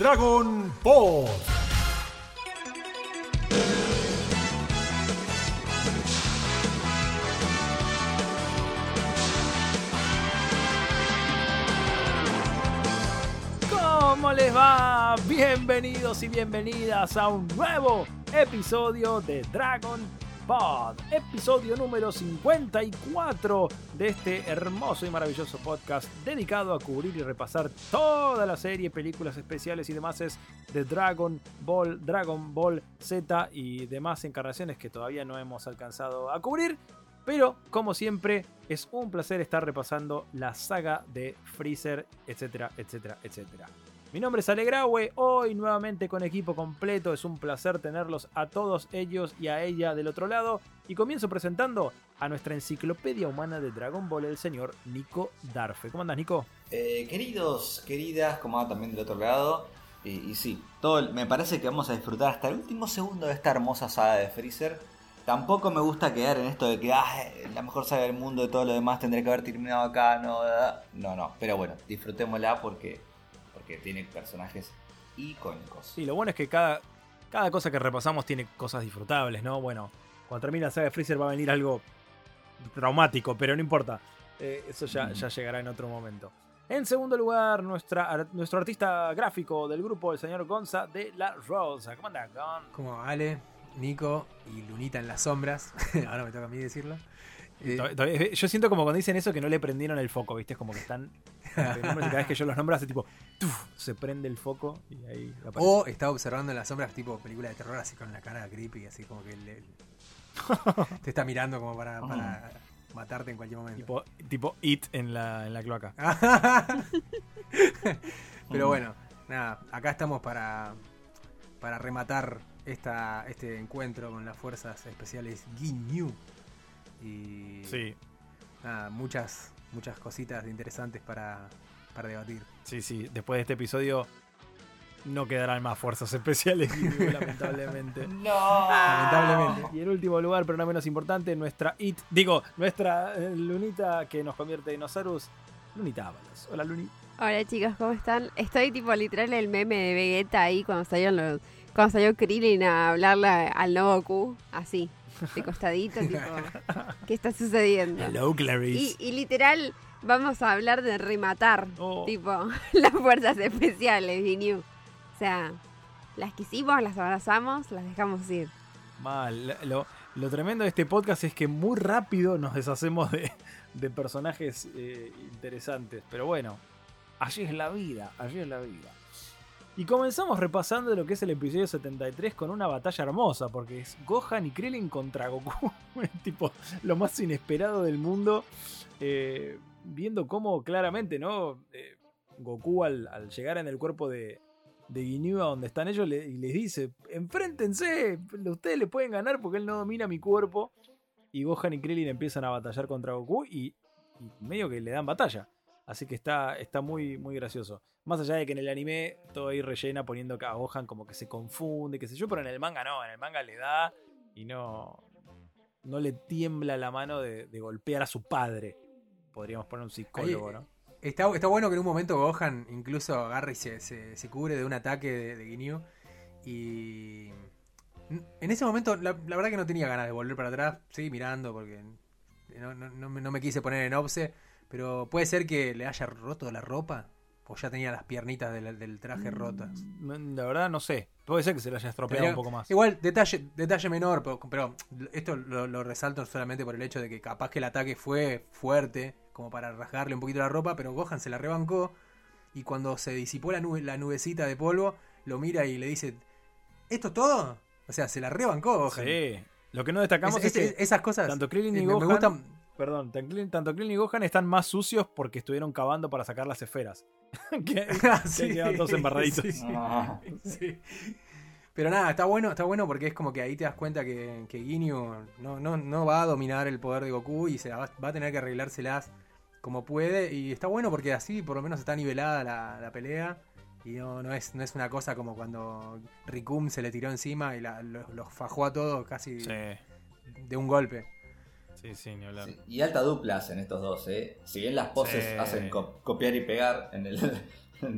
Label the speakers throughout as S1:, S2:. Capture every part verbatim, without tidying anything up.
S1: Dragon Ball. ¿Cómo les va? Bienvenidos y bienvenidas a un nuevo episodio de Dragon Pod, episodio número cincuenta y cuatro de este hermoso y maravilloso podcast dedicado a cubrir y repasar toda la serie, películas especiales y demás de Dragon Ball, Dragon Ball Z y demás encarnaciones que todavía no hemos alcanzado a cubrir. Pero, como siempre, es un placer estar repasando la saga de Freezer, etcétera, etcétera, etcétera. Mi nombre es Ale Graue, hoy nuevamente con equipo completo, es un placer tenerlos a todos ellos y a ella del otro lado. Y comienzo presentando a nuestra enciclopedia humana de Dragon Ball, el señor Nico Darfe. ¿Cómo andas, Nico?
S2: Eh, queridos, queridas, como va también del otro lado. Y, y sí, todo, me parece que vamos a disfrutar hasta el último segundo de esta hermosa saga de Freezer. Tampoco me gusta quedar en esto de que ah, la mejor saga del mundo, de todo lo demás tendría que haber terminado acá. No, no, no. Pero bueno, disfrutémosla porque... que tiene personajes icónicos.
S1: Sí, lo bueno es que cada, cada cosa que repasamos tiene cosas disfrutables, ¿no? Bueno, cuando termine la saga de Freezer va a venir algo traumático, pero no importa. Eh, eso ya, mm. ya llegará en otro momento. En segundo lugar, nuestra, nuestro artista gráfico del grupo, el señor Gonza de la Rosa. ¿Cómo anda, Gon?
S3: Como Ale, Nico y Lunita en las sombras. Ahora me toca a mí decirlo.
S1: Eh, yo siento como cuando dicen eso que no le prendieron el foco, ¿viste? Es como que están... Cada vez que yo los nombro hace tipo... ¡tuf! Se prende el foco y ahí aparece.
S3: O está observando en las sombras tipo película de terror así con la cara creepy, así como que le, te está mirando como para, para matarte en cualquier momento.
S1: Tipo, tipo It en la, en la cloaca.
S3: Pero bueno, nada, acá estamos para, para rematar esta, este encuentro con las fuerzas especiales Ginyu. Y
S1: sí.
S3: Nada, muchas, muchas cositas interesantes para, para debatir.
S1: Sí, sí, después de este episodio no quedarán más fuerzas especiales, lamentablemente.
S2: No.
S1: Lamentablemente. Y en último lugar, pero no menos importante, nuestra It, digo, nuestra eh, Lunita que nos convierte en dinosaurios, Lunita Ábalos. Hola, Luni.
S4: Hola, chicos, ¿cómo están? Estoy tipo literal el meme de Vegeta ahí cuando salió, los, cuando salió Krillin a hablarle al no Goku, así. De costadito, tipo, ¿qué está sucediendo?
S1: Hello, Clarice.
S4: Y, y literal, vamos a hablar de rematar,
S1: oh.
S4: tipo, las fuerzas especiales de New. O sea, las quisimos, las abrazamos, las dejamos ir.
S1: Mal. Lo, lo tremendo de este podcast es que muy rápido nos deshacemos de, de personajes eh, interesantes. Pero bueno, allí es la vida, allí es la vida. Y comenzamos repasando lo que es el episodio setenta y tres con una batalla hermosa, porque es Gohan y Krillin contra Goku. Tipo, lo más inesperado del mundo. Eh, viendo cómo claramente, ¿no? Eh, Goku al, al llegar en el cuerpo de, de Ginyu a donde están ellos le, y les dice, enfréntense, ustedes le pueden ganar porque él no domina mi cuerpo. Y Gohan y Krillin empiezan a batallar contra Goku y, y medio que le dan batalla. Así que está, está muy, muy gracioso. Más allá de que en el anime todo ahí rellena poniendo a Gohan como que se confunde, qué sé yo, pero en el manga no, en el manga le da y no, no le tiembla la mano de, de golpear a su padre. Podríamos poner un psicólogo,
S3: ahí,
S1: ¿no?
S3: Está, está bueno que en un momento Gohan incluso agarra y se, se, se cubre de un ataque de, de Ginyu. Y en ese momento la, la verdad que no tenía ganas de volver para atrás. Seguí mirando porque no, no, no, me, no me quise poner en obse. Pero puede ser que le haya roto la ropa. O ya tenía las piernitas del, del traje rotas.
S1: La verdad no sé. Puede ser que se le haya estropeado
S3: pero,
S1: un poco más.
S3: Igual, detalle, detalle menor. Pero, pero esto lo, lo resalto solamente por el hecho de que capaz que el ataque fue fuerte. Como para rasgarle un poquito la ropa. Pero Gohan se la rebancó. Y cuando se disipó la, nube, la nubecita de polvo, lo mira y le dice, ¿esto es todo? O sea, se la rebancó Gohan.
S1: Sí. Lo que no destacamos es,
S3: es, es que
S1: esas
S3: cosas,
S1: tanto Krillin y
S3: me,
S1: Gohan...
S3: me gustan.
S1: Perdón, tanto Krillin y Gohan están más sucios porque estuvieron cavando para sacar las esferas. que,
S3: sí,
S1: que quedan todos embarraditos.
S3: Sí, ah. sí. Pero nada, está bueno, está bueno porque es como que ahí te das cuenta que, que Ginyu no, no, no va a dominar el poder de Goku y se va, va a tener que arreglárselas como puede. Y está bueno porque así por lo menos está nivelada la, la pelea. Y no, no, es, no es una cosa como cuando Rikum se le tiró encima y la, los, los fajó a todos casi
S1: sí.
S3: de un golpe.
S1: Sí, sí, ni hablar. Sí,
S2: y alta dupla hacen estos dos, ¿eh? Si bien las poses sí. hacen co- copiar y pegar en el, en,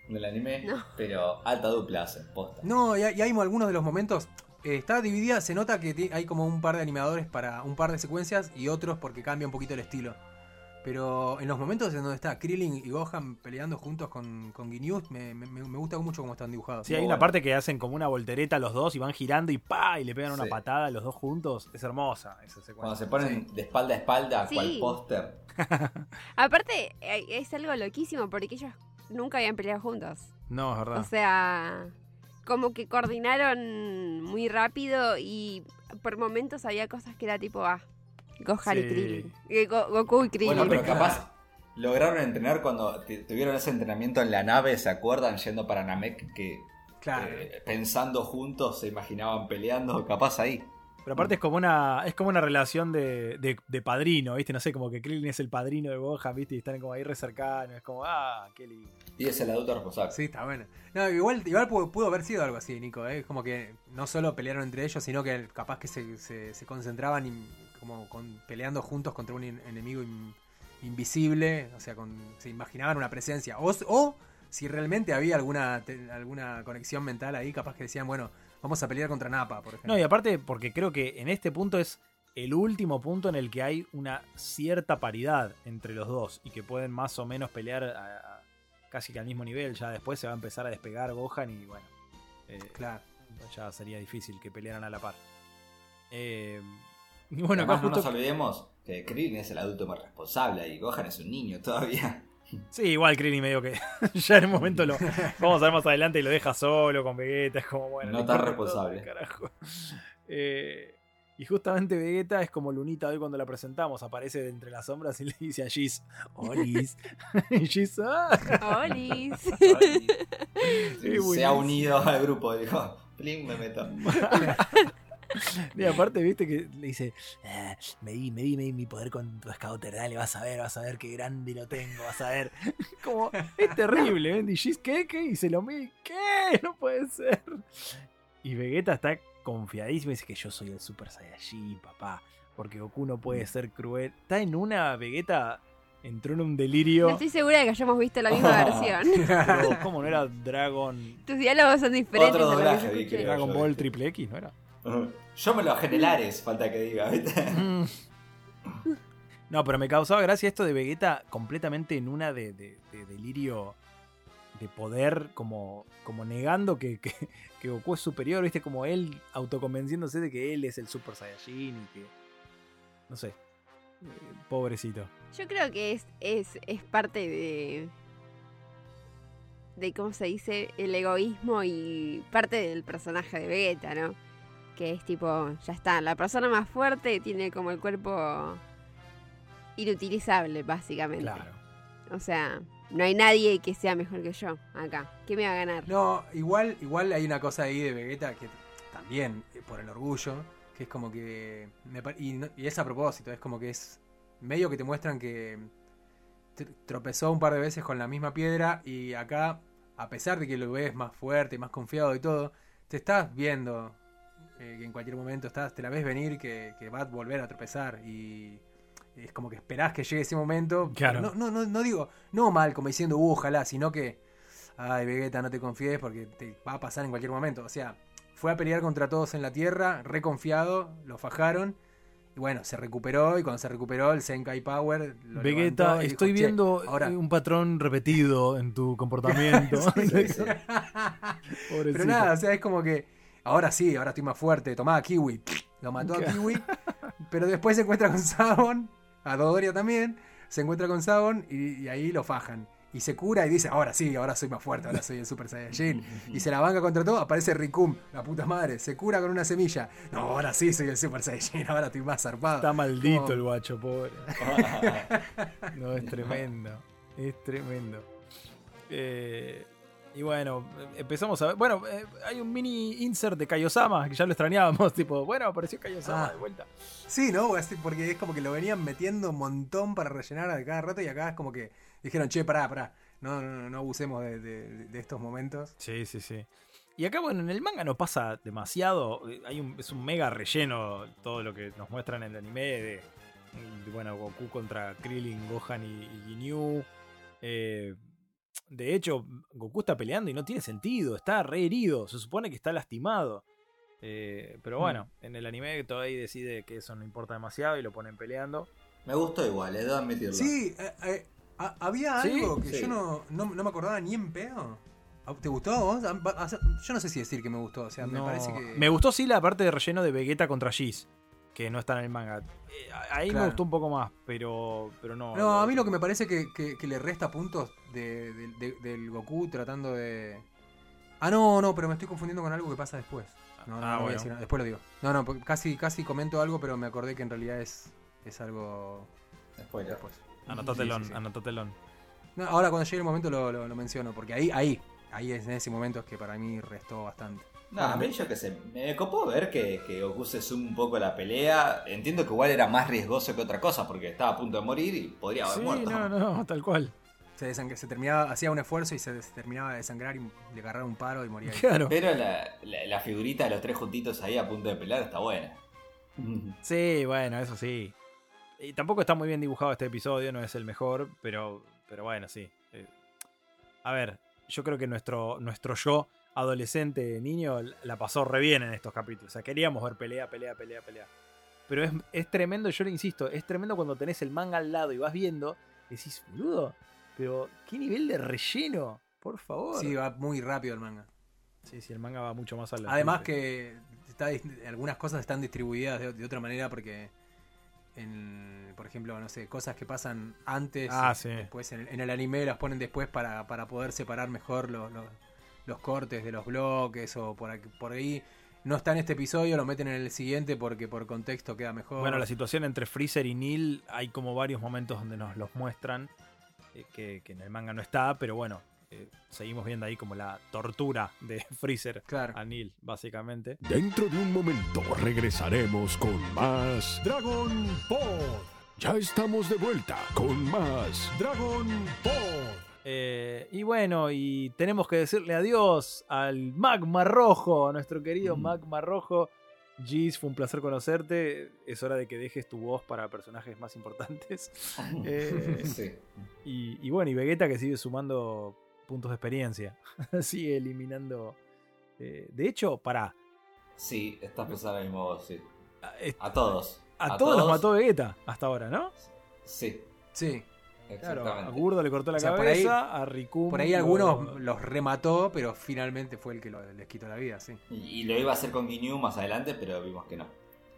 S2: del anime,
S4: No.
S2: pero alta dupla hacen, posta.
S3: No, y hay, y hay algunos de los momentos. eh, está dividida, se nota que ti- hay como un par de animadores para un par de secuencias y otros porque cambia un poquito el estilo. Pero en los momentos en donde está Krillin y Gohan peleando juntos con, con Ginyu, me, me, me gusta mucho cómo están dibujados.
S1: Sí, hay
S2: Muy
S1: una
S2: bueno.
S1: parte que hacen como una voltereta los dos y van girando y pa y le pegan una
S2: Sí.
S1: patada a los dos juntos. Es hermosa esa
S2: Cuando
S1: secuencia.
S2: se ponen de espalda a espalda,
S4: Sí.
S2: cual póster.
S4: Aparte, eh, es algo loquísimo porque ellos nunca habían peleado juntos.
S1: No, es verdad.
S4: O sea, como que coordinaron muy rápido y por momentos había cosas que era tipo, ah, Gohan
S1: Sí.
S4: y Krillin. Eh, Go- Goku y Krillin.
S2: Bueno, pero capaz lograron entrenar cuando t- tuvieron ese entrenamiento en la nave, ¿se acuerdan? Yendo para Namek, que
S3: Claro.
S2: eh, pensando juntos se imaginaban peleando, capaz ahí.
S1: Pero aparte es como una es como una relación de, de, de padrino, ¿viste? No sé, como que Krillin es el padrino de Gohan, ¿viste? Y están como ahí re cercanos. Es como, ah, qué lindo.
S2: Y es el adulto responsable.
S3: Sí, está bueno. No, igual, igual pudo, pudo haber sido algo así, Nico. ¿eh? Como que no solo pelearon entre ellos, sino que capaz que se, se, se concentraban y, como con, peleando juntos contra un in- enemigo in- invisible. O sea, con, se imaginaban una presencia. O, o si realmente había alguna, te- alguna conexión mental ahí, capaz que decían, bueno, vamos a pelear contra Nappa, por ejemplo.
S1: No, y aparte, porque creo que en este punto es el último punto en el que hay una cierta paridad entre los dos y que pueden más o menos pelear a- a- casi que al mismo nivel. Ya después se va a empezar a despegar Gohan y bueno, eh,
S3: Claro.
S1: ya sería difícil que pelearan a la par. Eh, y bueno, acá
S2: Además, no
S1: justo...
S2: nos olvidemos que Krillin es el adulto más responsable y Gohan es un niño todavía.
S1: Sí, igual Krillin medio que ya en un momento lo vamos a ver más adelante y lo deja solo con Vegeta, es como bueno.
S2: No
S1: le
S2: tan
S1: corre
S2: responsable.
S1: todo, carajo. Eh, y justamente Vegeta es como Lunita hoy cuando la presentamos, aparece de entre las sombras y le dice a Giz, Olis. Y Giz, ah.
S4: ¡Olis!
S1: Sí,
S2: Se ha
S1: buenísimo.
S2: unido al grupo, dijo, Plin, me meto.
S1: Y aparte, viste que le dice, "Ah, me di, me di, me di mi poder con tu Scouter, dale, vas a ver, vas a ver qué grande lo tengo, vas a ver. Como, es terrible, ¿eh? Y Giz, ¿qué? ¿Qué? Y se lo mide, ¿qué? No puede ser. Y Vegeta está confiadísimo y dice que yo soy el Super Saiyajin, papá, porque Goku no puede ser cruel. Está en una, Vegeta entró en un delirio.
S4: No estoy segura de que hayamos visto la misma versión.
S1: Pero, ¿cómo no era Dragon,
S4: Tus diálogos son diferentes
S2: Otro
S4: a lo que
S2: doblaje,
S4: yo
S2: vi,
S4: escuché.
S2: creo.
S1: Dragon
S2: yo,
S1: Ball
S2: ¿viste?
S1: Triple X? ¿No era?
S2: Yo me lo bajé en el Ares, falta que diga, ¿viste?
S1: Mm. No, pero me causaba gracia esto de Vegeta completamente en una de, de- de delirio de poder, como, como negando que, que, que Goku es superior, ¿viste? Como él autoconvenciéndose de que él es el Super Saiyajin y que. No sé. eh, Pobrecito.
S4: Yo creo que es, es, es parte de. de cómo se dice, el egoísmo y parte del personaje de Vegeta, ¿no? Que es tipo, ya está, la persona más fuerte tiene como el cuerpo inutilizable, básicamente.
S1: Claro.
S4: O sea, no hay nadie que sea mejor que yo acá. ¿Qué me va a ganar?
S3: No, igual, igual hay una cosa ahí de Vegeta que también, eh, por el orgullo, que es como que. me pa- y, no- y es a propósito, es como que es medio que te muestran que tr- tropezó un par de veces con la misma piedra y acá, a pesar de que lo ves más fuerte, más confiado y todo, te estás viendo eh, que en cualquier momento estás, te la ves venir que, que va a volver a tropezar y es como que esperás que llegue ese momento.
S1: Claro.
S3: No, no, no, no digo, no mal como diciendo, "Uh, ojalá", sino que, ay, Vegeta, no te confíes porque te va a pasar en cualquier momento. O sea, fue a pelear contra todos en la Tierra, reconfiado, lo fajaron. Y bueno, se recuperó y cuando se recuperó el Senkai Power lo
S1: Vegeta,
S3: levantó y
S1: estoy
S3: dijo, "Che,
S1: viendo
S3: ahora-".
S1: eh, un patrón repetido en tu comportamiento.
S2: Sí, sí, sí.
S1: Pobrecito.
S3: Pero nada, o sea, es como que ahora sí, ahora estoy más fuerte. Tomá, Kiwi. Lo mató a Kiwi. Pero después se encuentra con Sabon, a Dodoria también. Se encuentra con Sabon y, y ahí lo fajan. Y se cura y dice, ahora sí, ahora soy más fuerte, ahora soy el Super Saiyajin. Y se la banca contra todo, aparece Rikum, la puta madre. Se cura con una semilla. No, ahora sí soy el Super Saiyajin, ahora estoy más zarpado.
S1: Está maldito
S3: Como-
S1: el guacho, pobre. No, es tremendo. Es tremendo. Eh, y bueno, empezamos a ver. Bueno, eh, hay un mini insert de Kaiosama, que ya lo extrañábamos. Tipo, bueno, apareció Kaiosama
S3: Ah.
S1: de vuelta.
S3: Sí, ¿no? Así, porque es como que lo venían metiendo un montón para rellenar a cada rato y acá es como que dijeron, che, pará, pará. No, no, no, no abusemos de, de- de estos momentos.
S1: Sí, sí, sí. Y acá, bueno, en el manga no pasa demasiado. eh, Hay un, es un mega relleno todo lo que nos muestran en el anime de, de, bueno, Goku contra Krillin, Gohan y, y Ginyu. Eh, de hecho, Goku está peleando y no tiene sentido, está re herido, se supone que está lastimado. Eh, pero bueno, mm. en el anime Toei decide que eso no importa demasiado y lo ponen peleando.
S2: Me gustó igual, eh, debo admitirlo.
S3: Sí, eh, eh, había
S1: ¿Sí?
S3: algo que
S2: Sí.
S3: yo no, no, no me acordaba ni en pedo. ¿Te gustó a vos? Yo no sé si decir que me gustó, o sea, me
S1: No.
S3: parece que...
S1: Me gustó sí la parte de relleno de Vegeta contra Giz, que no está en el manga. Eh, ahí
S3: Claro.
S1: me gustó un poco más, pero, pero no.
S3: No, a mí lo que me parece que, que, que le resta puntos de, de- de- del Goku tratando de... Ah, no, no, pero me estoy confundiendo con algo que pasa después. No, no,
S1: Ah,
S3: no voy a
S1: bueno.
S3: decir nada, después lo digo. No, no, porque casi, casi comento algo, pero me acordé que en realidad es, es algo
S2: Spoiler.
S3: después.
S1: Anotátelón,
S3: Sí, sí, sí.
S1: anotátelón.
S3: No, ahora cuando llegue el momento lo, lo, lo menciono, porque ahí, ahí, ahí es en ese momento es que para mí restó bastante.
S2: No, a mí yo qué sé, me copó ver que, que Goku se suma un poco a la pelea. Entiendo que igual era más riesgoso que otra cosa, porque estaba a punto de morir y podría haber
S1: Sí,
S2: muerto.
S1: no, no, tal cual.
S3: Se, desang- se terminaba, hacía un esfuerzo y se, se terminaba de desangrar y le agarraba un paro y moría ahí.
S1: Claro.
S2: Pero la, la, la figurita de los tres juntitos ahí a punto de pelear está buena.
S1: Sí, bueno, eso sí. Y tampoco está muy bien dibujado este episodio, no es el mejor, pero, pero bueno, sí. Eh, A ver, yo creo que nuestro, nuestro yo adolescente, niño, la pasó re bien en estos capítulos. O sea, queríamos ver pelea, pelea, pelea, pelea. Pero es, es tremendo, yo le insisto, es tremendo cuando tenés el manga al lado y vas viendo, decís, boludo, pero qué nivel de relleno, por favor.
S3: Sí, va muy rápido el manga.
S1: Sí, sí, el manga va mucho más a la
S3: Además que está, algunas cosas están distribuidas de, de otra manera porque, en, por ejemplo, no sé, cosas que pasan antes,
S1: Ah,
S3: y
S1: sí.
S3: después en, en el anime las ponen después para, para poder separar mejor los, los, los cortes de los bloques o por, aquí- por ahí. No está en este episodio, lo meten en el siguiente porque por contexto queda mejor.
S1: Bueno, la situación entre Freezer y Neil, hay como varios momentos donde nos los muestran, eh, que, que en el manga no está, pero bueno, eh, seguimos viendo ahí como la tortura de Freezer
S3: Claro.
S1: a Neil, básicamente.
S5: Dentro de un momento regresaremos con más Dragon Ball. Ya estamos de vuelta con más Dragon Ball.
S1: Eh, y bueno, y tenemos que decirle adiós al Magma Rojo, nuestro querido
S2: Mm.
S1: Magma Rojo. Giz, fue un placer conocerte. Es hora de que dejes tu voz para personajes más importantes. Eh,
S2: Sí.
S1: y, y bueno, y Vegeta que sigue sumando puntos de experiencia. Sigue eliminando. eh, de hecho, pará.
S2: Sí, estás pensando lo mismo vos, sí.
S1: A, est-
S2: A todos.
S1: a todos los mató Vegeta hasta ahora, ¿no?
S2: Sí,
S3: Sí.
S1: Claro, a
S2: exactamente.
S1: Gurdo le cortó la
S3: O sea, por
S1: cabeza, a Riku.
S3: Por ahí algunos los remató, pero finalmente fue el que lo- les quitó la vida, sí.
S2: Y, y lo iba a hacer con Ginyu más adelante, pero vimos que no.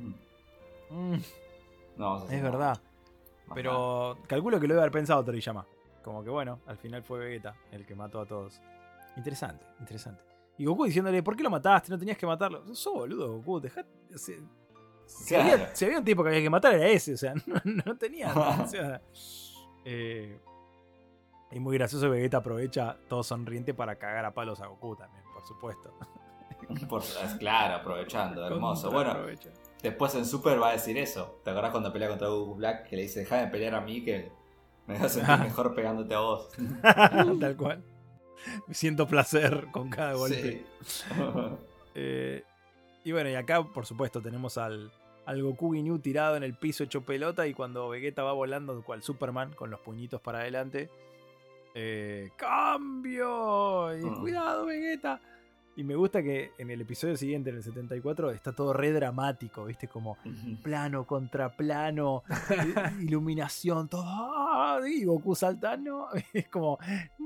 S1: Mm,
S2: No vamos a hacer
S1: es
S2: nada.
S1: verdad.
S2: Más
S1: Pero calculo que lo debe haber pensado Toriyama. Como que bueno, al final fue Vegeta el que mató a todos. Interesante, interesante. Y Goku diciéndole, ¿por qué lo mataste? No tenías que matarlo. Sos boludo, Goku, dejate. Si, si
S2: Claro.
S1: había, si había un tipo que había que matar era ese, o sea, no, no tenía. O sea, eh, y muy gracioso, Vegeta aprovecha todo sonriente para cagar a palos a Goku también, por supuesto.
S2: nada. Por- claro, aprovechando, hermoso.
S1: Contra
S2: Bueno,
S1: aprovecha.
S2: después en Super va a decir eso. ¿Te acordás cuando pelea contra Goku Black? Que le dice, deja de pelear a mí, que me voy a sentir mejor pegándote a vos.
S1: Tal cual. Siento placer con cada golpe.
S2: Sí.
S1: Eh, y bueno, y acá, por supuesto, tenemos al, al Goku Ginyu tirado en el piso hecho pelota. Y cuando Vegeta va volando, cual Superman, con los puñitos para adelante, eh, ¡cambio! Y,
S2: Mm.
S1: ¡cuidado, Vegeta! Y me gusta que en el episodio siguiente, en el setenta y cuatro, está todo re dramático, ¿viste? Como plano contra plano, i- iluminación, todo. ¡Ah! Y Goku saltando. Es como,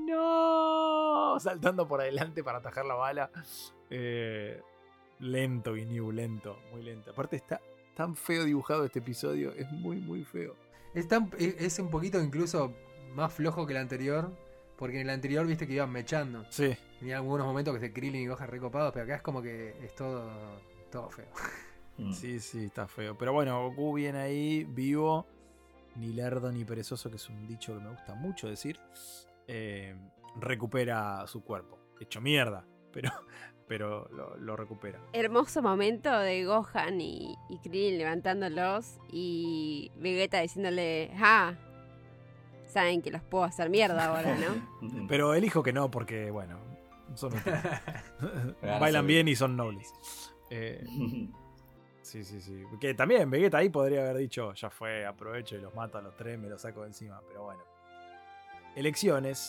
S1: ¡no! Saltando por adelante para atajar la bala. Eh, lento, Ginyu, lento, muy lento. Aparte, está tan feo dibujado este episodio. Es muy, muy feo.
S3: Es, tan- es es un poquito incluso más flojo que el anterior, porque en el anterior viste que iban mechando.
S1: Sí.
S3: Tenía algunos momentos que se Krillin y Gohan recopados, pero acá es como que es todo, todo feo.
S2: Mm.
S1: Sí, sí, está feo. Pero bueno, Goku viene ahí, vivo. Ni lerdo ni perezoso, que es un dicho que me gusta mucho decir. eh, recupera su cuerpo. Hecho mierda, pero, pero lo, lo recupera.
S4: Hermoso momento de Gohan y, y Krillin levantándolos y Vegeta diciéndole, ah, saben que los puedo hacer mierda ahora, ¿no?
S1: Pero elijo que no, porque, bueno, son
S2: Ganas
S1: bailan
S2: de-
S1: bien y son nobles. Eh, sí, sí, sí. Que también Vegeta ahí podría haber dicho, ya fue, aprovecho y los mato a los tres, me los saco de encima. Pero bueno. Elecciones.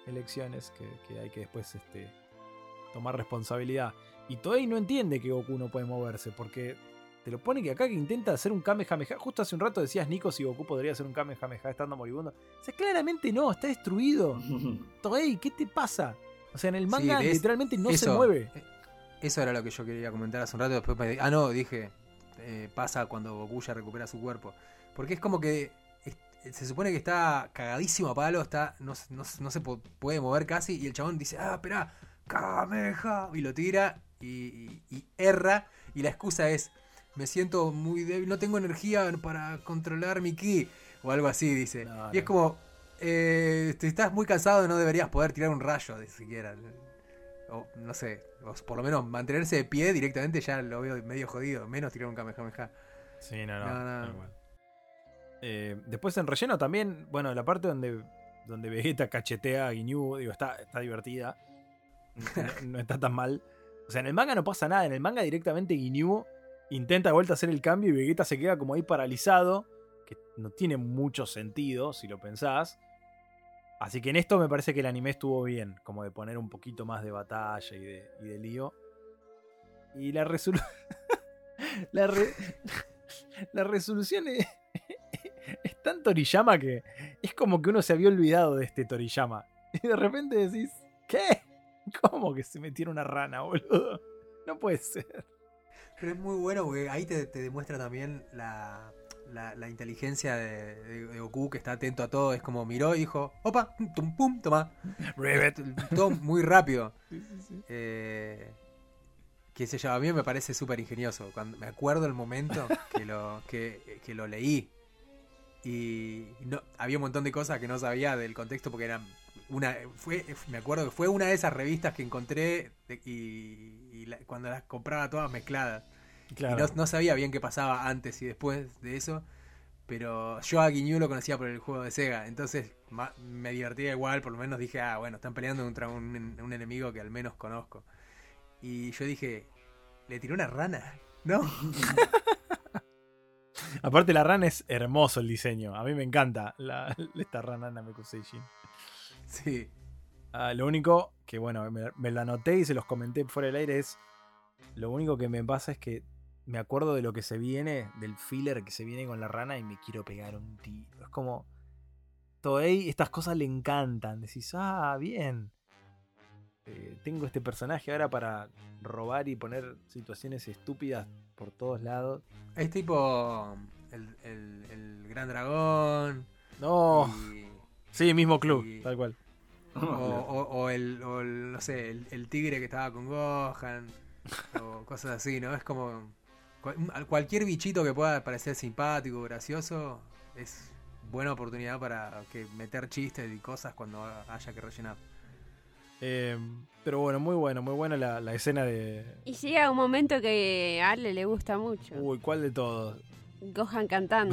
S1: elecciones que, que hay que después este, tomar responsabilidad. Y Toei no entiende que Goku no puede moverse, porque te lo pone que acá que intenta hacer un Kamehameha. Justo hace un rato decías, Nico, si Goku podría hacer un Kamehameha estando moribundo. O sea, claramente no, está destruido. Toei, ¿qué te pasa? O sea, en el manga
S3: Sí, es-
S1: literalmente no
S3: eso,
S1: se mueve.
S3: Eso era lo que yo quería comentar hace un rato. Después me, ah, no, dije, eh, pasa cuando Goku ya recupera su cuerpo. Porque es como que es- se supone que está cagadísimo a palo, está, no, no, no se po- puede mover casi. Y el chabón dice, ah, espera, Kameha. Y lo tira y, y- y erra. Y la excusa es, me siento muy débil, no tengo energía para controlar mi ki. O algo así, dice.
S1: No,
S3: y es
S1: no.
S3: como, eh, si estás muy cansado, no deberías poder tirar un rayo, de siquiera. O no sé, o por lo menos mantenerse de pie directamente ya lo veo medio jodido. Menos tirar un Kamehameha.
S1: Sí, no, no.
S3: No, no.
S1: tal cual. Eh, después en relleno también, bueno, la parte donde, donde Vegeta cachetea a Ginyu, digo, está, está divertida. No, no está tan mal. O sea, en el manga no pasa nada. En el manga directamente Ginyu intenta de vuelta hacer el cambio y Vegeta se queda como ahí paralizado. Que no tiene mucho sentido si lo pensás. Así que en esto me parece que el anime estuvo bien. Como de poner un poquito más de batalla y de, y de lío. Y la resolución... la, re- la resolución es... es tan Toriyama que es como que uno se había olvidado de este Toriyama. Y de repente decís, ¿qué? ¿Cómo que se metiera una rana, boludo? No puede ser.
S3: Pero es muy bueno porque ahí te, te demuestra también la, la, la inteligencia de, de- de Goku, que está atento a todo. Es como miró y dijo, opa, tum, pum, toma.
S1: Rivet.
S3: Todo muy rápido. Eh, que se llama, a mí me parece súper ingenioso. Cuando me acuerdo el momento que lo, que, que lo leí. Y no, había un montón de cosas que no sabía del contexto porque eran una fue me acuerdo que fue una de esas revistas que encontré de- y, y la- cuando las compraba todas mezcladas.
S1: Claro.
S3: Y no, no sabía bien qué pasaba antes y después de eso. Pero yo a Ginyu lo conocía por el juego de Sega. Entonces ma- me divertía igual. Por lo menos dije, ah, bueno, están peleando contra un, un enemigo que al menos conozco. Y yo dije, ¿le tiró una rana? ¿No?
S1: Aparte la rana es hermoso el diseño. A mí me encanta la, esta rana Namekuseishin.
S3: Sí.
S1: Ah, lo único que, bueno, me, me la anoté y se los comenté fuera del aire es... Lo único que me pasa es que me acuerdo de lo que se viene, del filler que se viene con la rana y me quiero pegar un tiro. Es como... Toei, estas cosas le encantan. Decís, ah, bien. Eh, tengo este personaje ahora para robar y poner situaciones estúpidas por todos lados.
S3: Es tipo el, el, el Gran Dragón.
S1: No.
S3: y-
S1: Sí, mismo club,
S3: y-
S1: tal cual.
S3: o, o- o el, o el, no sé, el, el tigre que estaba con Gohan. O cosas así, ¿no? Es como... cual- Cualquier bichito que pueda parecer simpático, gracioso, es buena oportunidad para que meter chistes y cosas cuando haya que rellenar.
S1: Eh, pero bueno, muy bueno, muy buena la, la escena de...
S4: Y llega un momento que a Ale le gusta mucho.
S1: Uy, ¿cuál de todos?
S4: Gohan cantando.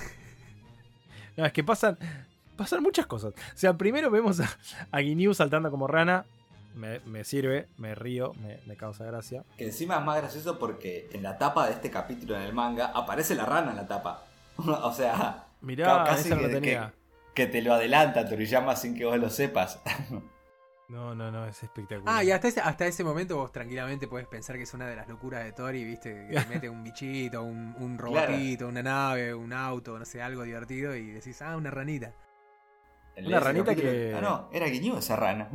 S1: No, es que pasan, pasan muchas cosas. O sea, primero vemos a, a Ginyu saltando como rana. Me, me sirve, me río, me, me causa gracia.
S2: Que encima es más gracioso porque en la tapa de este capítulo en el manga aparece la rana en la tapa. O sea,
S1: Mirá,
S2: ca- casi
S1: esa no
S2: que,
S1: la tenía.
S2: que- que te lo adelanta Toriyama sin que vos lo sepas.
S1: No, no, no, es espectacular.
S3: Ah, y hasta ese, hasta ese momento vos tranquilamente podés pensar que es una de las locuras de Tori, ¿viste? Que te mete un bichito, un, un robotito, una nave, un auto, no sé, algo divertido y decís, ah, una ranita.
S2: En
S1: Una
S2: ese
S1: ranita
S2: capítulo-
S1: que-
S2: Ah, no, era Ginyu esa rana.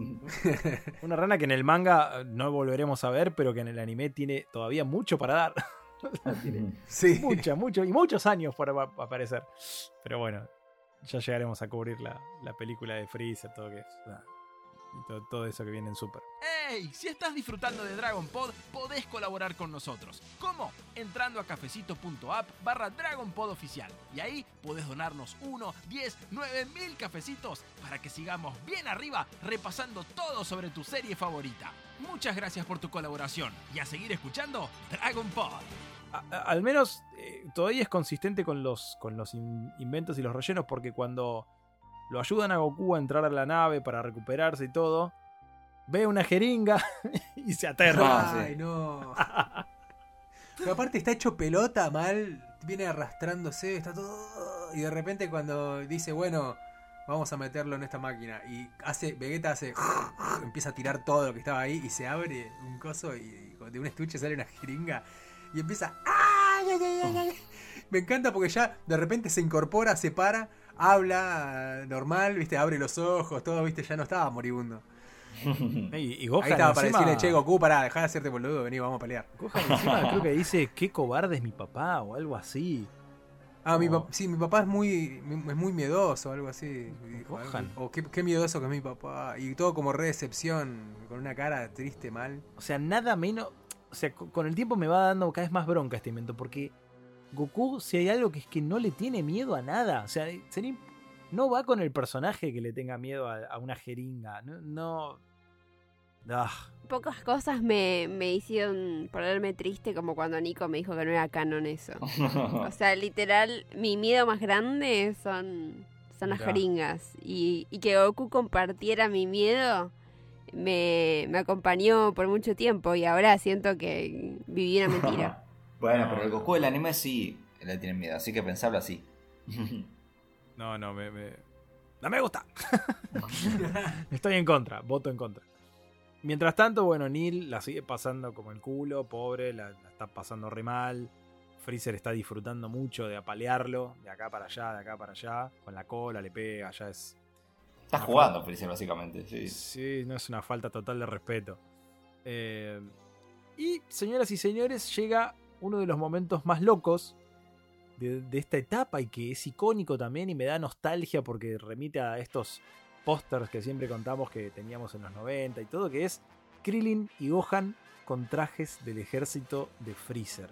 S1: Una rana que en el manga eh, no volveremos a ver, pero que en el anime tiene todavía mucho para dar. Tiene
S3: Sí.
S1: mucha, mucho, y muchos años para ap- aparecer. Pero bueno, ya llegaremos a cubrir la, la película de Freezer, todo que es. nada, y todo, todo eso que viene en Super.
S6: ¡Ey! Si estás disfrutando de Dragon Pod, podés colaborar con nosotros. ¿Cómo? Entrando a cafecito punto app barra Dragon Pod oficial. Y ahí podés donarnos uno, diez, nueve mil cafecitos para que sigamos bien arriba repasando todo sobre tu serie favorita. Muchas gracias por tu colaboración y a seguir escuchando Dragon Pod.
S1: A- a- al menos eh, todavía es consistente con los, con los in- inventos y los rellenos, porque cuando lo ayudan a Goku a entrar a la nave para recuperarse y todo, ve una jeringa y se aterra.
S2: Ah, sí.
S3: Ay, no. Pero aparte está hecho pelota mal, viene arrastrándose, está todo... Y de repente cuando dice, bueno, vamos a meterlo en esta máquina. Y hace, Vegeta hace, empieza a tirar todo lo que estaba ahí y se abre un coso y de un estuche sale una jeringa y empieza, ¡ay, ay, ay, ay! Me encanta porque ya de repente se incorpora, se para, habla normal, viste, abre los ojos, todo, viste, ya no estaba moribundo.
S1: Y, y Gohan
S3: Ahí estaba para
S1: encima,
S3: decirle, che, Goku, pará, dejá de hacerte boludo, vení, vamos a pelear.
S1: Gohan encima creo que dice, qué cobarde es mi papá o algo así.
S3: Ah, mi
S1: Oh.
S3: papá, sí, mi papá es muy es muy miedoso, algo así. Dijo,
S1: Gohan.
S3: o qué, qué miedoso que es mi papá. Y todo como re decepción, con una cara triste, mal.
S1: O sea, nada menos... O sea, co- con el tiempo me va dando cada vez más bronca este invento, porque Goku, si hay algo que es que no le tiene miedo a nada. O sea, sería imp- no va con el personaje que le tenga miedo a, a una jeringa. No... no... Ah,
S4: Pocas cosas me, me hicieron ponerme triste, como cuando Nico me dijo que no era canon eso. O sea, literal, mi miedo más grande son, son las
S1: Mirá.
S4: jeringas. Y, y que Goku compartiera mi miedo me, me acompañó por mucho tiempo. Y ahora siento que viví una mentira.
S2: Bueno,
S1: No,
S2: pero el
S1: no.
S2: Goku del anime sí le tiene miedo, así que pensarlo así.
S1: no, no, me... me... No me gusta. Estoy en contra, voto en contra. Mientras tanto, bueno, Neil la sigue pasando como el culo, pobre, la, la está pasando re mal. Freezer está disfrutando mucho de apalearlo, de acá para allá, de acá para allá. Con la cola le pega, ya es...
S2: Está jugando Freezer, básicamente. Sí.
S1: Sí, no es una falta total de respeto. Eh, y, señoras y señores, llega uno de los momentos más locos de, de esta etapa y que es icónico también y me da nostalgia porque remite a estos pósters que siempre contamos que teníamos en los noventa y todo, que es Krillin y Gohan con trajes del ejército de Freezer.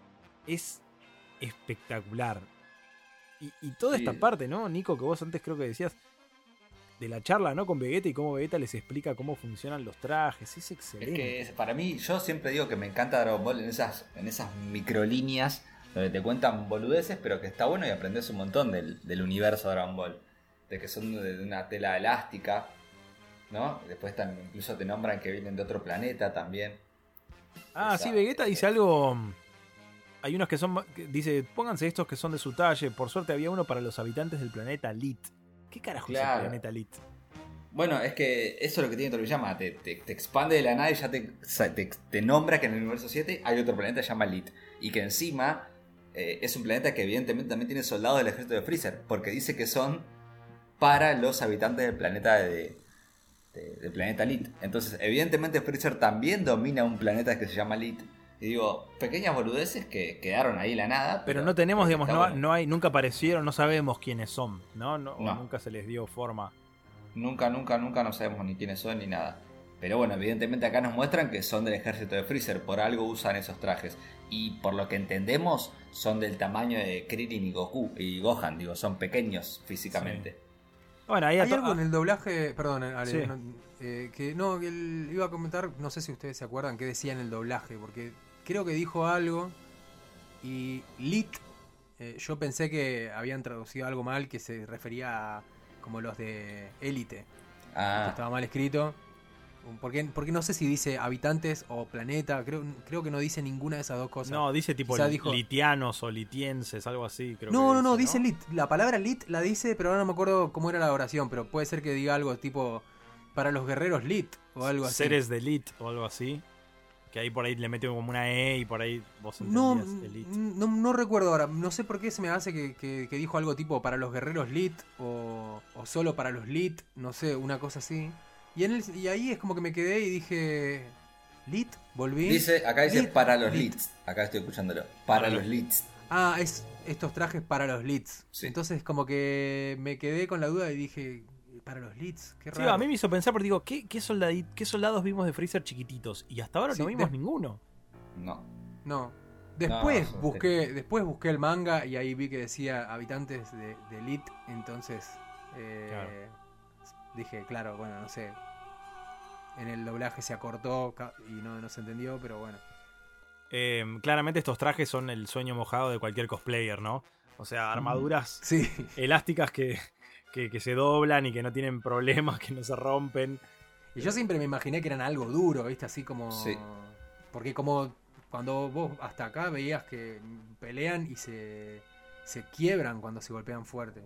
S1: Es espectacular. Y, y toda
S2: Sí.
S1: esta parte, ¿no, Nico? Que vos antes creo que decías de la charla, ¿no? Con Vegeta y cómo Vegeta les explica cómo funcionan los trajes. Es
S2: Es
S1: excelente.
S2: que es- para mí, yo siempre digo que me encanta Dragon Ball en esas, en esas microlíneas donde te cuentan boludeces, pero que está bueno y aprendes un montón del, del universo de Dragon Ball. De que son de, de una tela elástica, ¿no? Después también, incluso te nombran que vienen de otro planeta también.
S1: Ah,
S2: Esa-
S1: sí, Vegeta dice algo. Hay unos que son. que dice, pónganse estos que son de su talle. Por suerte había uno para los habitantes del planeta Lit. ¿Qué carajo es
S2: Claro.
S1: el planeta Lit?
S2: Bueno, es que eso es lo que tiene Toriyama, te, te, te expande de la nada y ya te, te, te nombra que en el universo siete hay otro planeta que se llama Lit. Y que encima eh, es un planeta que evidentemente también tiene soldados del ejército de Freezer, porque dice que son para los habitantes del planeta de, de- del planeta Lit. Entonces, evidentemente Freezer también domina un planeta que se llama Lit. Y digo, pequeñas boludeces que quedaron ahí en la nada.
S1: Pero no tenemos, digamos,
S2: está
S1: no,
S2: bueno.
S1: no hay, nunca aparecieron, no sabemos quiénes son, ¿no? No, o
S2: No.
S1: nunca se les dio forma.
S2: Nunca, nunca, nunca no sabemos ni quiénes son ni nada. Pero bueno, evidentemente acá nos muestran que son del ejército de Freezer, por algo usan esos trajes. Y por lo que entendemos, son del tamaño de Krillin y Goku y Gohan, digo, son pequeños físicamente.
S1: Bueno, ahí
S3: Hay
S1: a to-
S3: algo en el doblaje, perdón, Ale,
S1: Sí.
S3: no, eh, que no, que él iba a comentar, no sé si ustedes se acuerdan qué decía en el doblaje, porque creo que dijo algo y Lit, eh, yo pensé que habían traducido algo mal que se refería a como los de Élite, que
S2: Ah,
S3: estaba mal escrito. Porque, porque no sé si dice habitantes o planeta, creo, creo que no dice ninguna de esas dos cosas.
S1: no, dice tipo
S3: quizá
S1: li-
S3: dijo-
S1: litianos o litienses, algo así. Creo
S3: No,
S1: que
S3: no, no, dice
S1: ¿no?
S3: lit. La palabra lit la dice, pero ahora no me acuerdo cómo era la oración, pero puede ser que diga algo tipo para los guerreros lit o algo así.
S1: Seres de lit o algo así. Que ahí por ahí le mete como una E y por ahí vos
S3: No,
S1: entendías elite.
S3: no, no recuerdo ahora, no sé por qué se me hace que, que- que dijo algo tipo para los guerreros lit o, o solo para los lit, no sé, una cosa así. Y, en el, y ahí es como que me quedé y dije, ¿lit? ¿Volví?
S2: dice, acá dice
S3: Lit,
S2: para los
S3: lit.
S2: Lits. Acá estoy escuchándolo. Para
S1: Para
S2: los
S1: los-
S2: Lits.
S3: Ah, es estos trajes para los lits.
S2: Sí.
S3: Entonces como que me quedé con la duda y dije, para los lits, qué
S1: Sí,
S3: raro.
S1: a mí me hizo pensar, porque digo, ¿qué, qué, soldadi- qué soldados vimos de Freezer chiquititos? Y hasta ahora
S3: Sí,
S1: no vimos
S3: de-
S1: ninguno.
S2: No.
S3: No. Después
S2: No,
S3: busqué, después busqué el manga y ahí vi que decía habitantes de, de Lit, entonces eh,
S1: Claro.
S3: dije, claro, bueno, no sé. En el doblaje se acortó ca- y no, no se entendió, pero bueno.
S1: Eh, claramente estos trajes son el sueño mojado de cualquier cosplayer, ¿no? O sea, armaduras
S3: Sí,
S1: elásticas que, que, que se doblan y que no tienen problemas, que no se rompen.
S3: y yo siempre me imaginé que eran algo duro, ¿viste? Así como...
S2: Sí.
S3: Porque como cuando vos hasta acá veías que pelean y se, se quiebran cuando se golpean fuerte.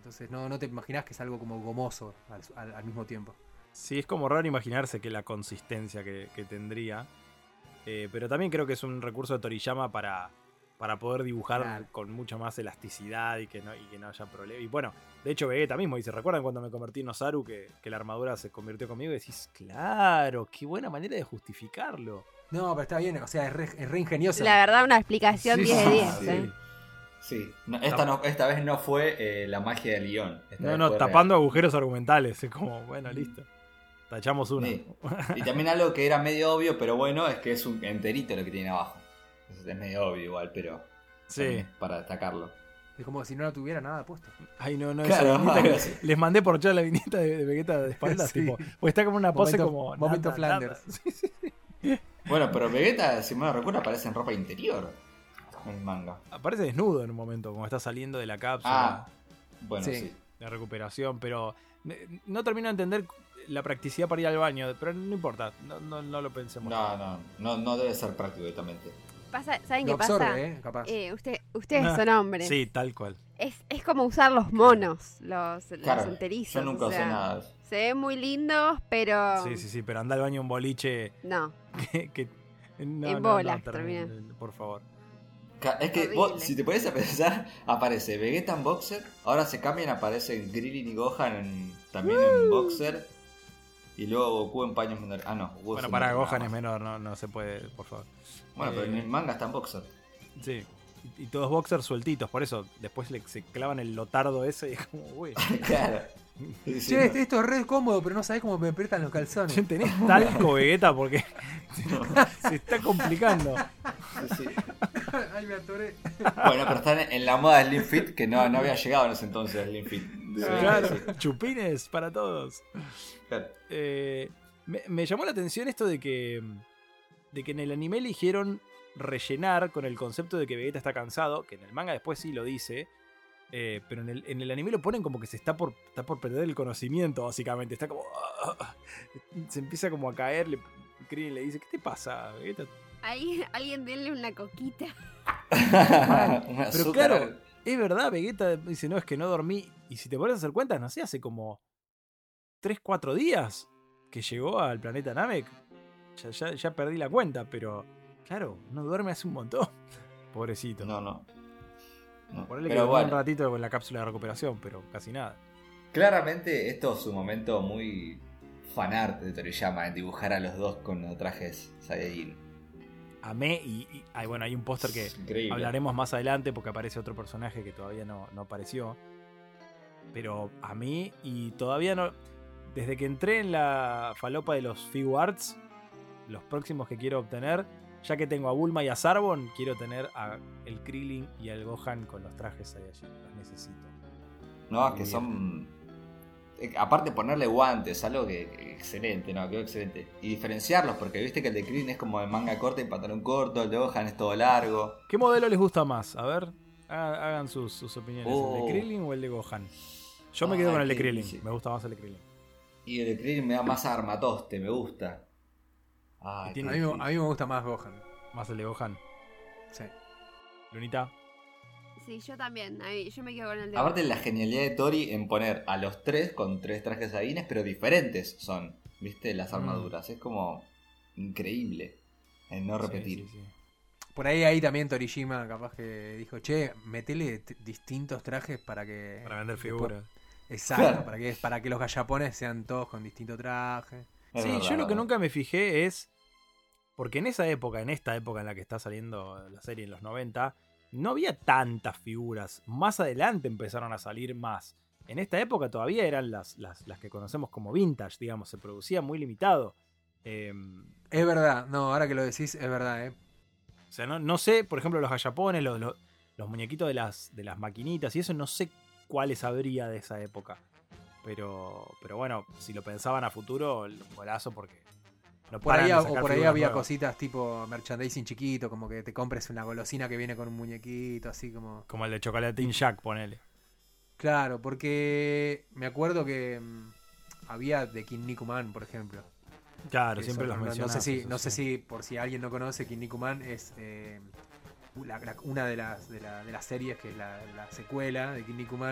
S3: Entonces no, no te imaginás que es algo como gomoso al, al, al mismo tiempo.
S1: Sí, es como raro imaginarse que la consistencia que, que tendría. Eh, pero también creo que es un recurso de Toriyama para, para poder dibujar
S3: Claro.
S1: con mucha más elasticidad y que no, y que no haya problema. Y bueno, de hecho Vegeta mismo dice, ¿recuerdan cuando me convertí en Osaru que, que la armadura se convirtió conmigo? Y decís, claro, qué buena manera de justificarlo.
S3: No, pero está bien, o sea, es re, es re ingeniosa.
S4: La verdad, una explicación
S1: Sí,
S4: diez de
S1: sí,
S4: diez.
S2: sí.
S4: ¿eh?
S2: Sí, no, esta, no, esta vez no fue eh, la magia del guión. Esta
S1: No,
S2: vez
S1: no,
S2: fue
S1: tapando
S2: real.
S1: agujeros argumentales. Es como, bueno, listo. Tachamos una.
S2: Sí. Y también algo que era medio obvio, pero bueno, es que es un enterito lo que tiene abajo. Eso es medio obvio igual, pero
S1: Sí.
S2: también para destacarlo.
S3: Es como si no la tuviera nada puesto.
S1: Ay, no, no,
S2: Claro,
S1: esa viñeta
S2: algo
S1: que-
S2: así.
S1: les mandé por chat la viñeta de, de Vegeta de espaldas,
S3: Sí.
S1: tipo, pues está como una pose
S3: Momento-
S1: como...
S3: momento
S1: nada,
S3: Flanders.
S1: nada. Sí, sí.
S2: Bueno, pero Vegeta, si me no recuerdo, aparece en ropa interior en el manga.
S1: Aparece desnudo en un momento, como está saliendo de la
S2: Ah,
S1: cápsula
S2: bueno,
S3: Sí.
S2: sí.
S1: de recuperación, pero eh, no termino de entender la practicidad para ir al baño, pero no importa, no, no, no lo pensemos.
S2: No, no, no, no debe ser práctico directamente.
S4: Pasa, ¿Saben
S3: Lo
S4: qué pasa?
S3: absorbe, ¿eh? Capaz.
S4: Eh, usted, ustedes
S1: Ah,
S4: son hombres.
S1: Sí, tal cual.
S4: Es, es como usar los monos, los,
S2: Claro,
S4: los enterizos.
S2: yo nunca
S4: o
S2: usé
S4: sea,
S2: nada de eso.
S4: Se ven muy lindos, pero
S1: Sí, sí, sí, pero anda al baño un boliche
S4: no.
S1: que... que- no,
S4: En
S1: no,
S4: bolas
S1: no, termine,
S4: termina.
S1: por favor.
S2: Ca- Es que
S4: Horrible.
S2: vos, si te pones a pensar, aparece Vegeta en Boxer, ahora se cambian, aparecen Krillin y Gohan en- también en Boxer, y luego Goku en paños menores. Ah, no, Goku
S1: Bueno,
S2: es
S1: para
S2: un-
S1: Gohan
S2: nada
S1: es
S2: más.
S1: menor, no, no se puede, por favor.
S2: Bueno, pero
S1: Eh,
S2: en el manga está en Boxer.
S1: Sí. Y, y todos boxers sueltitos, por eso después le, se clavan el lotardo ese y es como, uy.
S2: Claro. Sí, sí,
S3: Che,
S2: no.
S3: este- esto es re cómodo, pero no sabés cómo me apretan los calzones.
S1: ¿Tenés talco, Vegeta? Porque se está complicando.
S2: Sí, sí.
S3: Ay, me atoré.
S2: Bueno, pero están en la moda Slim Fit, que no, no había llegado en ese entonces Slim Fit. De Vegeta,
S1: Claro,
S2: sí.
S1: chupines para todos.
S2: Claro.
S1: Eh, me, me llamó la atención esto de que, de que en el anime eligieron rellenar con el concepto de que Vegeta está cansado, que en el manga después sí lo dice, eh, pero en el, en el anime lo ponen como que se está por, está por perder el conocimiento, básicamente. Está como... se empieza como a caer, le, Krillin le dice, ¿qué te pasa, Vegeta?
S4: Ahí alguien denle una coquita.
S2: Un
S1: Pero
S2: azúcar.
S1: claro, es verdad, Vegeta dice, no, es que no dormí. Y si te pones a hacer cuentas, no sé, hace como tres cuatro días que llegó al planeta Namek. Ya, ya, ya perdí la cuenta, pero claro, no duerme hace un montón. Pobrecito.
S2: No, no. No.
S1: Ponele que
S2: Pero
S1: durmió un
S2: bueno,
S1: ratito con la cápsula de recuperación, pero casi nada.
S2: claramente esto es un momento muy fanart de Toriyama, en dibujar a los dos con los trajes Saiyajin.
S1: Amé y, y ay, bueno, hay un póster que
S2: Es increíble.
S1: hablaremos más adelante porque aparece otro personaje que todavía no, no apareció. Pero a mí, y todavía no. Desde que entré en la falopa de los Figuarts, los próximos que quiero obtener, ya que tengo a Bulma y a Zarbon, quiero tener a el Krillin y al Gohan con los trajes Saiyajin. Los necesito.
S2: No, es que
S1: Bien.
S2: son. eh, Aparte ponerle guantes, algo que, que excelente, ¿no? Quedó excelente. Y diferenciarlos, porque viste que el de Krillin es como de manga corta y pantalón corto, el de Gohan es todo largo.
S1: ¿Qué modelo les gusta más? A ver, ha- hagan sus, sus opiniones. ¿El
S2: Oh.
S1: de Krillin o el de Gohan? Yo me
S2: Ay,
S1: quedo con el de
S2: qué
S1: Krillin.
S2: difícil.
S1: Me gusta más el de Krillin.
S2: Y el de Krillin me da más armatoste, me gusta. Ay,
S1: Y tiene-
S3: A
S2: qué
S3: mí, me-
S2: difícil.
S3: a mí me gusta más Gohan.
S1: Más el de Gohan.
S3: Sí.
S1: Lunita.
S4: Sí, yo también. Ahí, yo me quedo con el de
S2: Aparte la genialidad de Tori en poner a los tres con tres trajes Saiyajines, pero diferentes son, ¿viste? Las
S1: Mm.
S2: armaduras. Es como increíble en no repetir.
S1: Sí, sí, sí.
S3: Por ahí ahí también Toriyama capaz que dijo, che, metele t- distintos trajes para que...
S1: Para vender
S3: después-
S1: figuras.
S3: Exacto,
S2: Claro.
S3: para que, para que los gallapones sean todos con distinto traje.
S2: Es
S1: Sí,
S2: verdad,
S1: yo lo que
S2: verdad.
S1: nunca me fijé es. Porque en esa época, en esta época en la que está saliendo la serie en los noventa, no había tantas figuras. Más adelante empezaron a salir más. En esta época todavía eran las, las, las que conocemos como vintage, digamos. Se producía muy limitado. Eh,
S3: Es verdad, no, ahora que lo decís, es verdad, ¿eh?
S1: o sea, no, no sé, por ejemplo, los gallapones, los, los, los muñequitos de las, de las maquinitas y eso, no sé cuáles habría de esa época. Pero, pero bueno, si lo pensaban a futuro, un golazo porque no
S3: Por
S1: paran
S3: ahí,
S1: de
S3: o
S1: sacar
S3: por ahí
S1: figuras
S3: había
S1: nuevas.
S3: cositas tipo merchandising chiquito, como que te compres una golosina que viene con un muñequito, así como...
S1: Como el de Chocolatín Jack, ponele.
S3: Claro, porque me acuerdo que mm, había de Kinnikuman, por ejemplo.
S1: Claro,
S3: Eso,
S1: siempre los
S3: no, no
S1: mencionás.
S3: sé si,
S1: eso
S3: no sé
S1: sí.
S3: si, por si alguien no conoce, Kinnikuman es eh, la- la- una de las, de, la- de las series que es la, la secuela de Kinnikuman,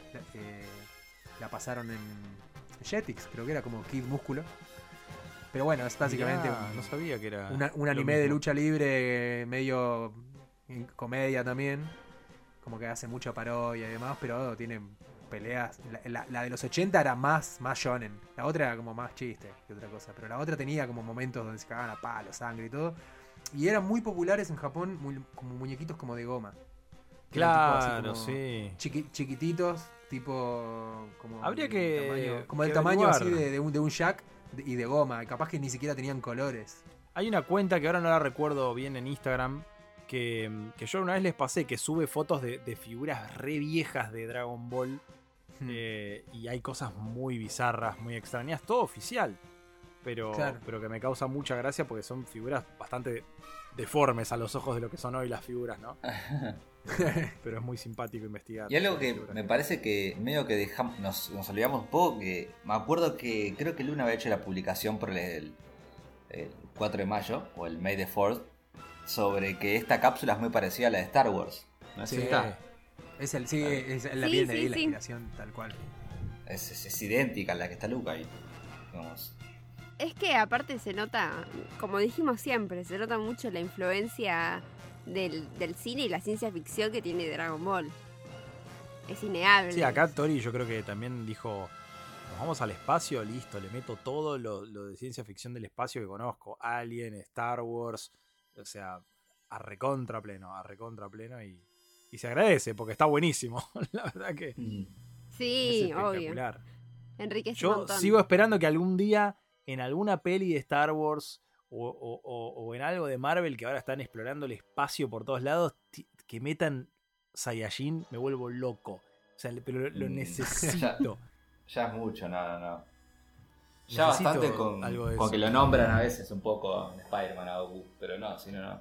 S3: eh, la pasaron en Jetix, creo que era como Kid Músculo. Pero bueno, es básicamente
S1: Mirá,
S3: un,
S1: no sabía que era
S3: una- un
S1: lo
S3: anime de
S1: mismo.
S3: lucha libre eh, medio en comedia también. Como que hace mucha parodia y demás, pero tiene peleas. La, la- la de los ochenta era más, más shonen. La otra era como más chiste que otra cosa. Pero la otra tenía como momentos donde se cagaban a palo, sangre y todo. Y eran muy populares en Japón, muy- como muñequitos como de goma. Que eran tipo así
S1: Claro,
S3: como
S1: sí.
S3: chiqui- chiquititos, tipo como
S1: Habría
S3: del
S1: que-
S3: tamaño- como del
S1: que
S3: tamaño así
S1: averiguar.
S3: de, de un, de un jack y de goma. Y capaz que ni siquiera tenían colores.
S1: Hay una cuenta que ahora no la recuerdo bien en Instagram. Que, que yo una vez les pasé, que sube fotos de, de figuras re viejas de Dragon Ball.
S3: Hmm.
S1: eh, y hay cosas muy bizarras, muy extrañas. Todo oficial. Pero,
S3: Claro.
S1: pero que me causa mucha gracia porque son figuras bastante deformes a los ojos de lo que son hoy las figuras, ¿no? Pero es muy simpático investigar.
S2: Y algo
S1: las
S2: que
S1: figuras.
S2: me parece que medio que dejamos, nos, nos olvidamos un poco, que me acuerdo que creo que Luna había hecho la publicación por el, el cuatro de mayo, o el May the fourth, sobre que esta cápsula es muy parecida a la de Star Wars. ¿No es
S3: Sí.
S2: esta?
S3: Es el, sí, es la
S4: Sí,
S3: viene
S4: sí,
S3: ahí, la
S4: sí.
S3: inspiración tal cual.
S2: Es, es- es idéntica a la que está Luca ahí. Digamos.
S4: Es que aparte se nota, como dijimos siempre, se nota mucho la influencia del, del cine y la ciencia ficción que tiene Dragon Ball. Es innegable.
S1: Sí, acá Tori yo creo que también dijo, nos vamos al espacio, listo, le meto todo lo, lo de ciencia ficción del espacio que conozco, Alien, Star Wars, o sea, a recontra pleno, a recontra pleno y, y se agradece porque está buenísimo, la verdad que
S4: Sí,
S1: es
S4: obvio.
S1: espectacular.
S4: Enriquece un
S1: Yo
S4: montón.
S1: sigo esperando que algún día en alguna peli de Star Wars o, o- o- o en algo de Marvel que ahora están explorando el espacio por todos lados, ti- que metan Saiyajin, me vuelvo loco. O sea, pero lo, lo
S2: Mm.
S1: necesito.
S2: Ya es mucho, no, no, no. Ya
S1: Necesito
S2: bastante con,
S1: algo de
S2: con
S1: eso.
S2: que lo nombran a veces un poco en Spider-Man a Goku, pero no, si no, no.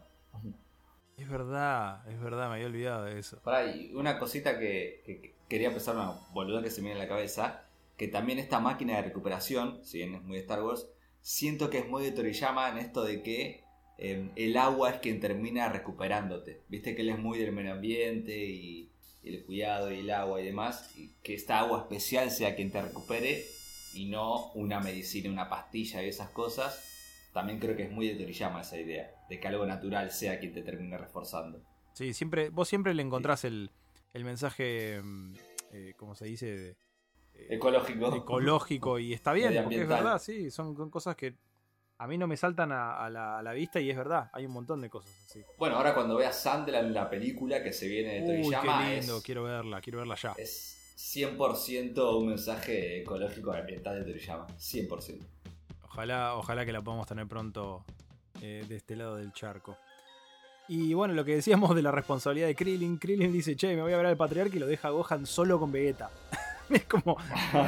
S1: Es verdad, es verdad, me había olvidado de eso.
S2: Por ahí, una cosita que, que- que quería empezar, una boluda que se me viene en la cabeza, que también esta máquina de recuperación, si bien es muy de Star Wars, siento que es muy de Toriyama en esto de que eh, el agua es quien termina recuperándote. Viste que él es muy del medio ambiente y, y el cuidado y el agua y demás, y que esta agua especial sea quien te recupere y no una medicina, una pastilla y esas cosas. También creo que es muy de Toriyama esa idea, de que algo natural sea quien te termine reforzando.
S1: Sí, siempre, vos siempre le encontrás el, el mensaje, mm, eh, ¿cómo se dice? De- eh,
S2: Ecológico.
S1: ecológico y está bien, porque es
S2: Medioambiental.
S1: verdad, sí, son, son cosas que a mí no me saltan a, a la, a la vista y es verdad, hay un montón de cosas así.
S2: Bueno, ahora cuando veas Sandland, la película que se viene de
S1: Uy,
S2: Toriyama,
S1: qué lindo,
S2: es,
S1: quiero verla, quiero verla ya.
S2: es cien por ciento un mensaje ecológico ambiental de Toriyama. cien por ciento.
S1: Ojalá, ojalá que la podamos tener pronto eh, de este lado del charco. Y bueno, lo que decíamos de la responsabilidad de Krillin, Krillin dice, che, me voy a ver al patriarca y lo deja a Gohan solo con Vegeta. Es como,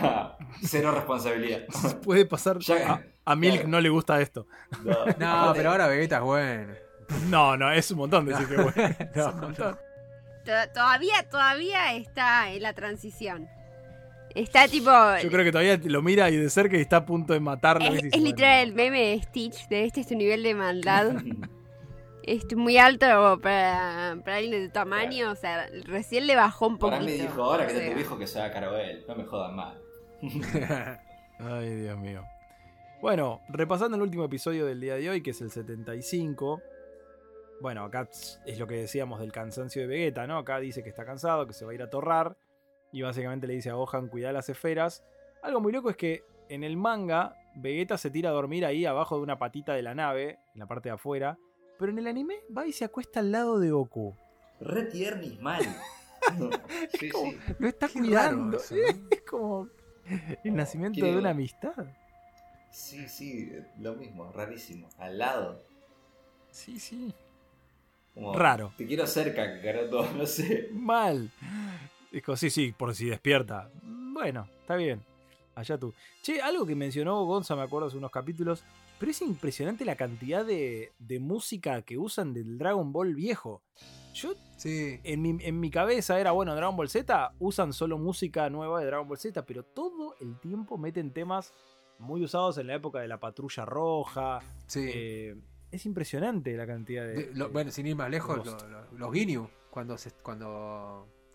S2: Cero responsabilidad.
S1: puede pasar,
S2: Ya-
S1: a, a Milk
S2: claro.
S1: no le gusta esto.
S2: No,
S3: No,
S2: aparte,
S3: pero ahora Vegeta es bueno.
S1: No, no, es un montón decir que bueno. No, un montón.
S4: To- Todavía, todavía está en la transición. Está tipo.
S1: Yo creo que todavía lo mira y de cerca y está a punto de matarlo.
S4: Es,
S1: y
S4: es
S1: dice,
S4: literal el
S1: bueno,
S4: meme de Stitch, de este es tu nivel de maldad. Es muy alto para, para alguien de tu tamaño, o sea, recién le bajó un poquito.
S2: Para mí dijo, ahora que
S4: o
S2: está
S4: sea.
S2: tu hijo que se haga cargo de él. No me jodan más.
S1: Ay, Dios mío. Bueno, repasando el último episodio del día de hoy, que es el setenta y cinco. Bueno, acá es lo que decíamos del cansancio de Vegeta, ¿no? Acá dice que está cansado, que se va a ir a torrar. Y básicamente le dice a Gohan, cuidá las esferas. Algo muy loco es que en el manga, Vegeta se tira a dormir ahí abajo de una patita de la nave, en la parte de afuera. Pero en el anime va y se acuesta al lado de Goku.
S2: Re tiernis mal. Sí,
S1: como-
S2: sí.
S1: Lo está
S3: Qué
S1: cuidando.
S3: raro eso, ¿no?
S1: Es como el nacimiento
S2: Quiere-
S1: de una amistad.
S2: Sí, sí, lo mismo, rarísimo. Al lado.
S1: Sí, sí.
S2: Como,
S1: Raro.
S2: Te quiero cerca, Kakaroto, no sé.
S1: Mal. Dijo, sí, sí, por si despierta. Bueno, está bien. Allá tú. Che, algo que mencionó Gonza, me acuerdo hace unos capítulos, pero es impresionante la cantidad de, de música que usan del Dragon Ball viejo. Yo,
S3: Sí.
S1: en mi, en mi cabeza era, bueno, Dragon Ball Z, usan solo música nueva de Dragon Ball Z, pero todo el tiempo meten temas muy usados en la época de la Patrulla Roja.
S3: Sí.
S1: Eh, es impresionante la cantidad de...
S3: De- lo-
S1: de-
S3: bueno, sin ir más lejos,
S1: Ghost.
S3: lo- lo- los Ginyu, cuando se, cuando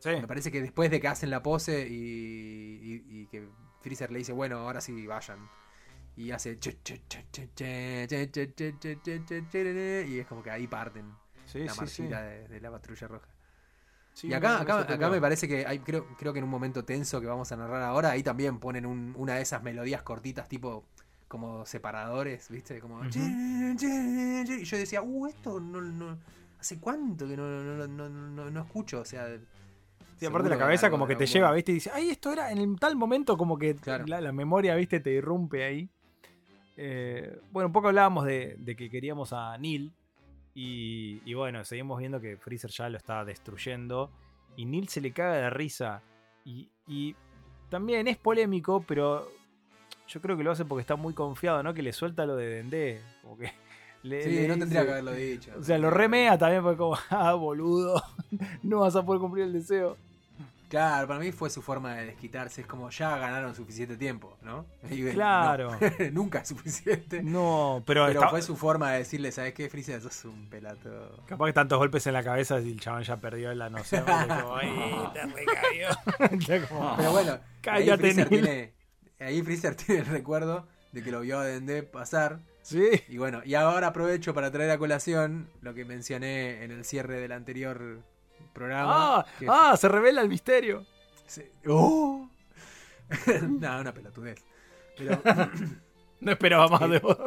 S1: Sí.
S3: Me parece que después de que hacen la pose y, y, y que Freezer le dice, bueno, ahora sí, vayan. Y hace... che, che, che, che, che, che, che, che, che, che, che, che, y es como que ahí parten
S1: Sí,
S3: la
S1: sí,
S3: marchita
S1: sí.
S3: de, de la patrulla roja.
S1: Sí,
S3: y acá,
S1: no,
S3: acá,
S1: eso te
S3: acá
S1: creo.
S3: me parece que hay, creo, creo que en un momento tenso que vamos a narrar ahora, ahí también ponen un, una de esas melodías cortitas tipo como separadores, ¿viste? Como...
S1: Ujú.
S3: che, che, che, y yo decía, uh, esto no, no, ¿hace cuánto que no, no, no, no, no escucho? O sea...
S1: Sí, aparte
S3: seguro
S1: la cabeza
S3: algo
S1: como que
S3: de
S1: te
S3: algún
S1: lleva,
S3: modo.
S1: ¿viste? Y dice, ay, esto era en el tal momento como que
S3: Claro.
S1: la, la memoria, ¿viste? Te irrumpe ahí. Eh, bueno, un poco hablábamos de, de que queríamos a Neil. Y, y bueno, seguimos viendo que Freezer ya lo está destruyendo. Y Neil se le caga de risa. Y, y también es polémico, pero yo creo que lo hace porque está muy confiado, ¿no? Que le suelta lo de Dendé. Como que le,
S3: Sí,
S1: le
S3: no tendría
S1: dice-
S3: que haberlo dicho.
S1: O sea, lo remea también porque como, ah, boludo, no vas a poder cumplir el deseo.
S3: Claro, para mí fue su forma de desquitarse. Es como, ya ganaron suficiente tiempo, ¿no? Y ven,
S1: Claro.
S3: no, nunca es suficiente.
S1: No, pero,
S3: Pero
S1: está-
S3: fue su forma de decirle, ¿sabes qué, Freezer? Sos un pelato.
S1: capaz que tantos golpes en la cabeza y el chabón ya perdió la noción. porque como, ay, te recayó. Ya como,
S3: Pero bueno, ahí
S1: cállate,
S3: Freezer,
S1: Neil.
S3: tiene, ahí Freezer tiene el recuerdo de que lo vio a Dendé pasar.
S1: Sí.
S3: Y bueno, y ahora aprovecho para traer a colación lo que mencioné en el cierre del anterior programa.
S1: Ah,
S3: que-
S1: ah, se revela el misterio.
S3: sí. ¡Oh! No, una pelotudez. Pero...
S1: No esperaba más de vos.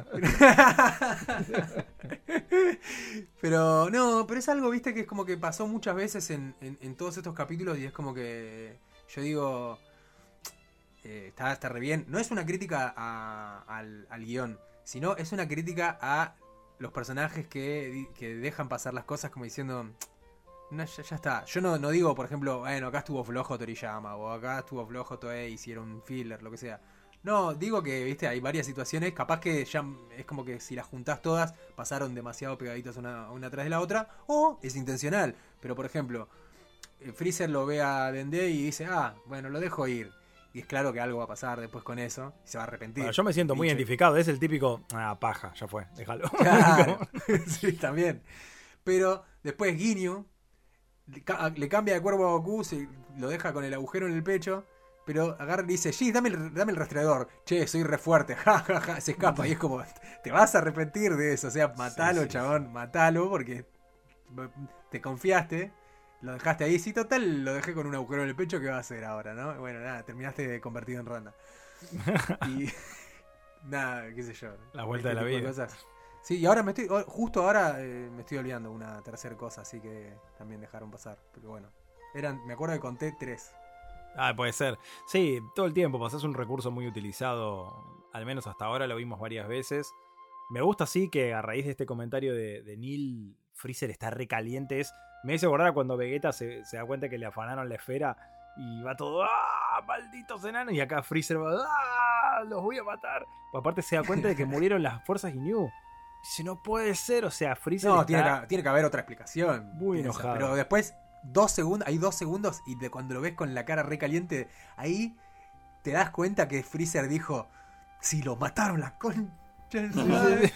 S3: Pero no, pero es algo, viste, que es como que pasó muchas veces en, en, en todos estos capítulos y es como que yo digo, eh, está, está re bien. No es una crítica a- al, al guión, sino es una crítica a los personajes que, di- que dejan pasar las cosas como diciendo, no, ya, ya está. Yo no, no digo, por ejemplo, bueno, acá estuvo flojo Toriyama o acá estuvo flojo Toei, hicieron un filler, lo que sea. No, digo que, viste, hay varias situaciones, capaz que ya es como que si las juntás todas, pasaron demasiado pegaditas una, una tras de la otra, o es intencional. Pero, por ejemplo, eh, Freezer lo ve a Dendé y dice, ah, bueno, lo dejo ir. Y es claro que algo va a pasar después con eso, y se va a arrepentir.
S1: Bueno, yo me siento muy
S3: Dicho-
S1: identificado. Es el típico, ah, paja, ya fue, déjalo.
S3: Claro, sí, también. Pero después Ginyu le, ca- le cambia de cuerpo a Goku, se lo deja con el agujero en el pecho, pero agarra y dice, sí, dame el, dame el rastreador. Che, soy re fuerte, ja, ja, ja, se escapa. Y es como, te vas a arrepentir de eso. O sea, matalo,
S1: Sí, sí,
S3: chabón, matalo, porque te confiaste, lo dejaste ahí. Sí, total, lo dejé con un agujero en el pecho, ¿qué va a hacer ahora, no? Bueno, nada, terminaste convertido en randa. Y nada, qué sé yo.
S1: La vuelta
S3: este
S1: de la
S3: tipo
S1: vida.
S3: cosas. Sí, y ahora me estoy, justo ahora eh, me estoy olvidando una tercera cosa, así que también dejaron pasar. Pero bueno, eran, me acuerdo que conté tres.
S1: Ah, puede ser. Sí, todo el tiempo pasás un recurso muy utilizado. Al menos hasta ahora lo vimos varias veces. Me gusta sí que a raíz de este comentario de, de Neil, Freezer está recaliente. Es, me hizo acordar a cuando Vegeta se, se da cuenta que le afanaron la esfera y va todo, ¡ah! ¡Malditos enanos! Y acá Freezer va, ¡ah! ¡Los voy a matar! Pues aparte se da cuenta de que murieron las fuerzas Ginyu. Dice, no puede ser. O sea, Freezer
S3: No,
S1: está
S3: tiene que, tiene que haber otra explicación.
S1: muy
S3: piensa.
S1: enojado.
S3: Pero después, dos segundos, hay dos segundos y de cuando lo ves con la cara recaliente, ahí te das cuenta que Freezer dijo, si lo mataron la concha de su madre".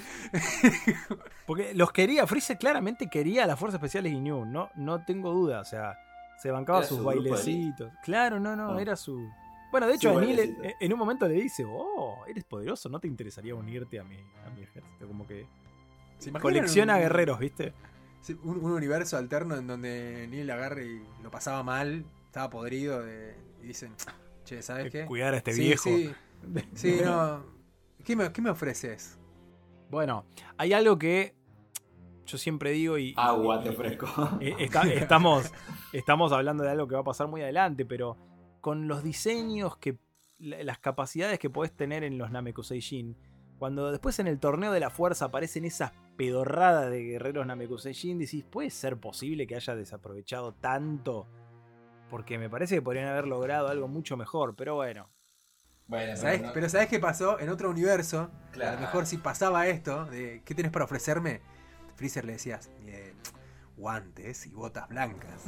S1: Porque los quería, Freezer claramente quería a las fuerzas especiales Ginyu, no, no tengo duda, o sea, se bancaba
S2: Era
S1: sus
S2: su grupo de
S1: bailecitos. Claro, no, no,
S2: Ah.
S1: era su... Bueno, de hecho,
S2: Su
S1: a Neil
S2: bailecito.
S1: en, en un momento le dice, oh, eres poderoso, ¿no te interesaría unirte a mi, a mi ejército? Como que
S3: ¿Se imaginan
S1: colecciona
S3: un-
S1: guerreros, ¿viste?
S3: sí, Un, un universo alterno en donde Neil agarre y lo pasaba mal, estaba podrido de- y dicen, che, ¿sabes qué?
S1: Cuidar a este
S3: Sí,
S1: viejo.
S3: Sí, sí, no. ¿Qué me, qué me ofreces?
S1: Bueno, hay algo que yo siempre digo y... y-
S2: Agua
S1: y-
S2: te ofrezco.
S1: Eh, está- estamos, estamos hablando de algo que va a pasar muy adelante, pero con los diseños, que la- las capacidades que podés tener en los Namekuseijin, cuando después en el torneo de la fuerza aparecen esas pedorradas de guerreros Namekuseijin, decís, ¿puede ser posible que haya desaprovechado tanto? Porque me parece que podrían haber logrado algo mucho mejor, pero bueno.
S2: Bueno,
S3: ¿Sabés?
S2: no-
S3: Pero ¿sabés qué pasó? En otro universo, a
S2: Claro.
S3: lo mejor si pasaba esto, de ¿qué tenés para ofrecerme? Freezer le decías, eh, guantes y botas blancas.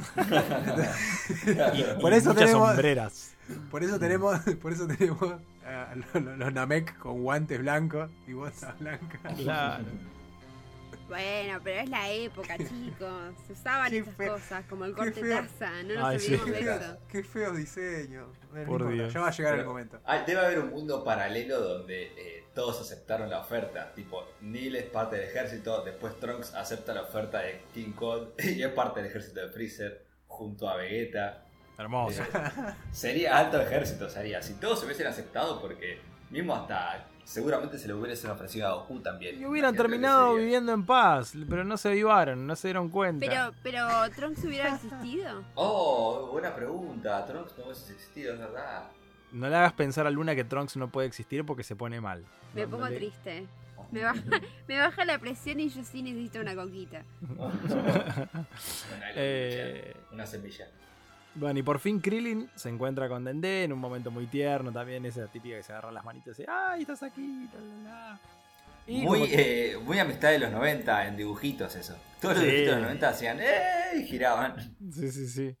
S2: Claro.
S3: Por
S1: Y
S3: eso
S1: muchas
S3: tenemos-
S1: sombreras.
S3: Por eso tenemos, por eso tenemos a los, los Namek con guantes blancos y botas blancas.
S1: Claro.
S4: Bueno, pero es la época, chicos. Se usaban
S3: Qué
S4: esas
S3: feo.
S4: cosas, como el
S3: Qué
S4: corte
S3: feo.
S4: taza. No nos
S1: Ay, sí.
S4: olvidemos de eso.
S3: Qué feos diseños. Bueno,
S1: Por
S3: no importa,
S1: Dios.
S3: ya va a llegar el
S2: Pero-
S3: momento.
S2: Ah, debe haber un mundo paralelo donde eh, todos aceptaron la oferta. Tipo, Neil es parte del ejército, después Trunks acepta la oferta de King Cold y es parte del ejército de Freezer junto a Vegeta.
S1: Hermoso.
S2: Eh, sería alto ejército, sería. Si todos se hubiesen aceptado, porque mismo hasta seguramente se le hubiesen ofrecido a Goku también.
S1: Y hubieran
S2: Imagínate lo que
S1: terminado
S2: sería.
S1: viviendo en paz, pero no se avivaron, no se dieron cuenta.
S4: Pero, pero Trunks hubiera existido.
S2: Oh, buena pregunta. Trunks no hubiese existido, es verdad.
S1: No le hagas pensar a Luna que Trunks no puede existir porque se pone mal.
S4: Me
S1: No,
S4: pongo
S1: no le-
S4: triste. Me baja, me baja la presión y yo sí necesito una coquita.
S2: Una,
S1: Eh.
S2: una semilla.
S1: Bueno, y por fin Krillin se encuentra con Dende en un momento muy tierno también, esa típica que se agarran las manitas y dice, ¡ay, estás aquí! La, la, la". Y
S2: Muy,
S1: como-
S2: eh, muy amistad de los noventa en dibujitos eso. Todos los
S1: Sí.
S2: dibujitos de los noventa hacían ¡eh! Y giraban.
S1: Sí, sí, sí.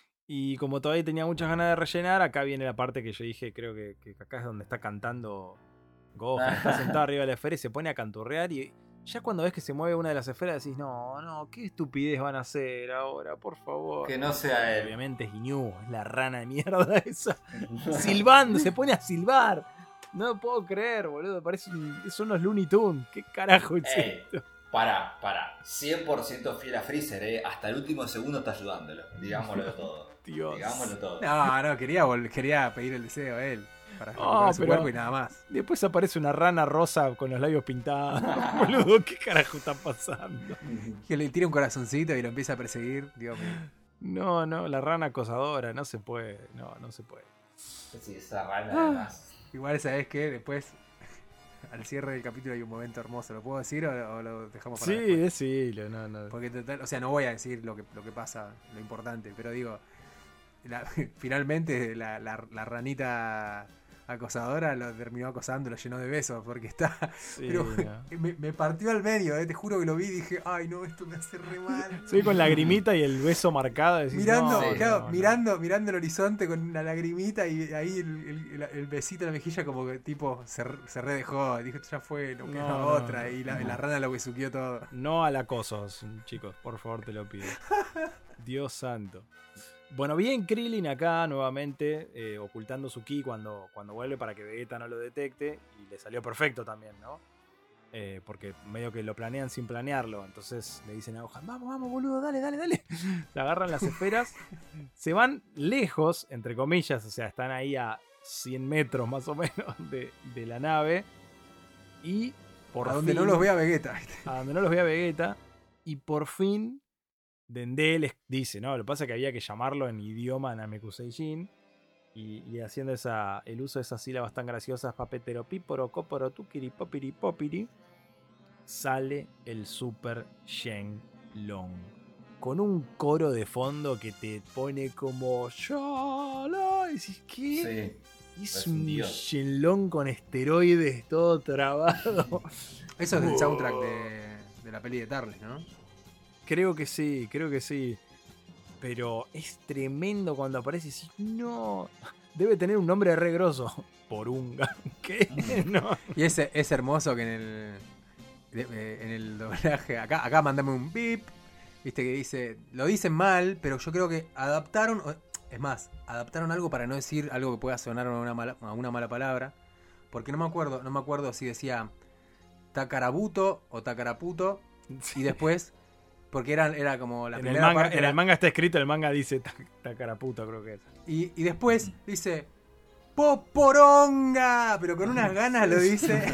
S1: Y como todavía tenía muchas ganas de rellenar, acá viene la parte que yo dije, creo que, que acá es donde está cantando Gohan, está sentado arriba de la esfera y se pone a canturrear y ya cuando ves que se mueve una de las esferas decís, no, no, qué estupidez van a hacer ahora, por favor.
S2: Que no sea él.
S1: Obviamente es Ginyu, es la rana de mierda esa. Silbando, se pone a silbar. No lo puedo creer, boludo. Parece un- son unos Looney Tunes. ¿Qué carajo es
S2: Ey.
S1: esto?
S2: Para, para. cien por ciento fiel a Freezer, ¿eh? Hasta el último segundo está ayudándolo. Digámoslo todo.
S1: Dios.
S2: Digámoslo todo.
S3: No, no, quería, vol- quería pedir el deseo a él. Para
S1: Ah,
S3: recuperar su
S1: pero-
S3: cuerpo y nada más.
S1: Después aparece una rana rosa con los labios pintados. Boludo, ¿qué carajo está pasando?
S3: Que le tira un corazoncito y lo empieza a perseguir. Dios mío.
S1: No, no, la rana acosadora, no se puede. No, no se puede.
S2: Sí, esa rana además.
S3: Igual sabés que después, al cierre del capítulo hay un momento hermoso. ¿Lo puedo decir o, o lo dejamos para
S1: Sí,
S3: después?
S1: decilo, no, no.
S3: Porque total, o sea, no voy a decir lo que, lo que pasa, lo importante, pero digo, la- finalmente la, la- la ranita acosadora lo terminó acosando, lo llenó de besos, porque está...
S1: Sí,
S3: pero
S1: no.
S3: me, me partió al medio, eh, te juro que lo vi y dije, ay no, esto me hace re mal.
S1: Sí, con lagrimita y el beso marcado. decís,
S3: Mirando,
S1: no,
S2: Sí.
S3: claro,
S1: no, no.
S3: mirando, mirando el horizonte con una lagrimita y ahí el, el- el besito en la mejilla como que tipo se, se redejó, dijo ya fue, no queda
S1: No, no,
S3: otra,
S1: no.
S3: y la, la rana lo besuqueó todo.
S1: No al acoso, chicos, por favor te lo pido. Dios santo. Bueno, bien Krillin acá nuevamente, eh, ocultando su ki cuando, cuando vuelve para que Vegeta no lo detecte. Y le salió perfecto también, ¿no? Eh, porque medio que lo planean sin planearlo. Entonces le dicen a Gohan, vamos, vamos, boludo, dale, dale, dale. Le agarran las esferas. Se van lejos, entre comillas, o sea, están ahí a cien metros más o menos de, de la nave. Y por
S3: A donde
S1: fin-
S3: no los vea Vegeta.
S1: a donde no los vea Vegeta. Y por fin Dende les dice, ¿no? Lo que pasa es que había que llamarlo en idioma Namekuseijin. Y, y haciendo esa, el uso de esas sílabas tan graciosas, papetero, píporo, cóporo, tukiri, popiri, popiri, sale el Super Shenlong. Con un coro de fondo que te pone como... "Shala", y decís, ¿qué?
S2: Sí.
S1: Es
S2: es un
S1: un
S2: dios.
S1: Shenlong con esteroides, todo trabado.
S3: Eso es del soundtrack de, de la peli de Tarles, ¿no?
S1: Creo que sí, creo que sí. Pero es tremendo cuando aparece y decís, no. Debe tener un nombre re grosso. Porunga. ¿Qué? No.
S3: Y es, es hermoso que en el de- eh, en el doblaje, acá, acá mandame un beep, viste que dice, lo dicen mal, pero yo creo que adaptaron, o- es más, adaptaron algo para no decir algo que pueda sonar a una mala, a una mala palabra, porque no me acuerdo, no me acuerdo si decía Takarabuto o Takaraputo, y después, porque eran, era como la
S1: En el,
S3: primera
S1: manga,
S3: parte
S1: en
S3: era-
S1: el manga está escrito, el manga dice "Ta- Takaraputo", creo que es.
S3: y, y después dice Poporonga, pero con unas ganas lo dice.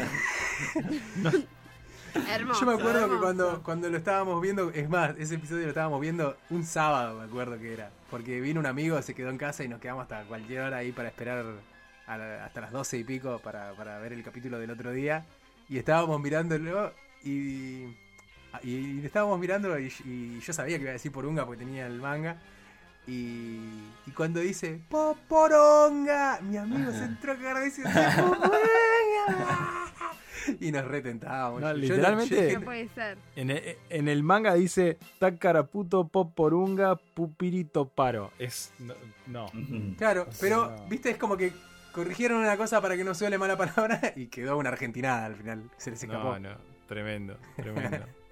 S4: Hermoso.
S3: Yo me acuerdo que
S4: hermoso.
S3: cuando, cuando lo estábamos viendo, es más, ese episodio lo estábamos viendo un sábado, me acuerdo que era. Porque vino un amigo, se quedó en casa y nos quedamos hasta cualquier hora ahí para esperar a la- hasta las doce y pico para, para ver el capítulo del otro día. Y estábamos mirándolo y, y, y estábamos mirándolo y, y yo sabía que iba a decir Porunga porque tenía el manga. Y, y cuando dice Poporonga, mi amigo se entró a cagar y dice Poporonga. Y nos retentábamos.
S1: No,
S3: Yo-
S1: literalmente-
S3: yo dije,
S4: No puede ser.
S1: En el, en el manga dice Takaraputo, Poporunga, Pupirito, Paro. Es. No. no.
S3: claro, pero,
S1: No.
S3: viste, es como que corrigieron una cosa para que no suene mala palabra y quedó una argentinada al final. Se les escapó.
S1: No, no. Tremendo, tremendo.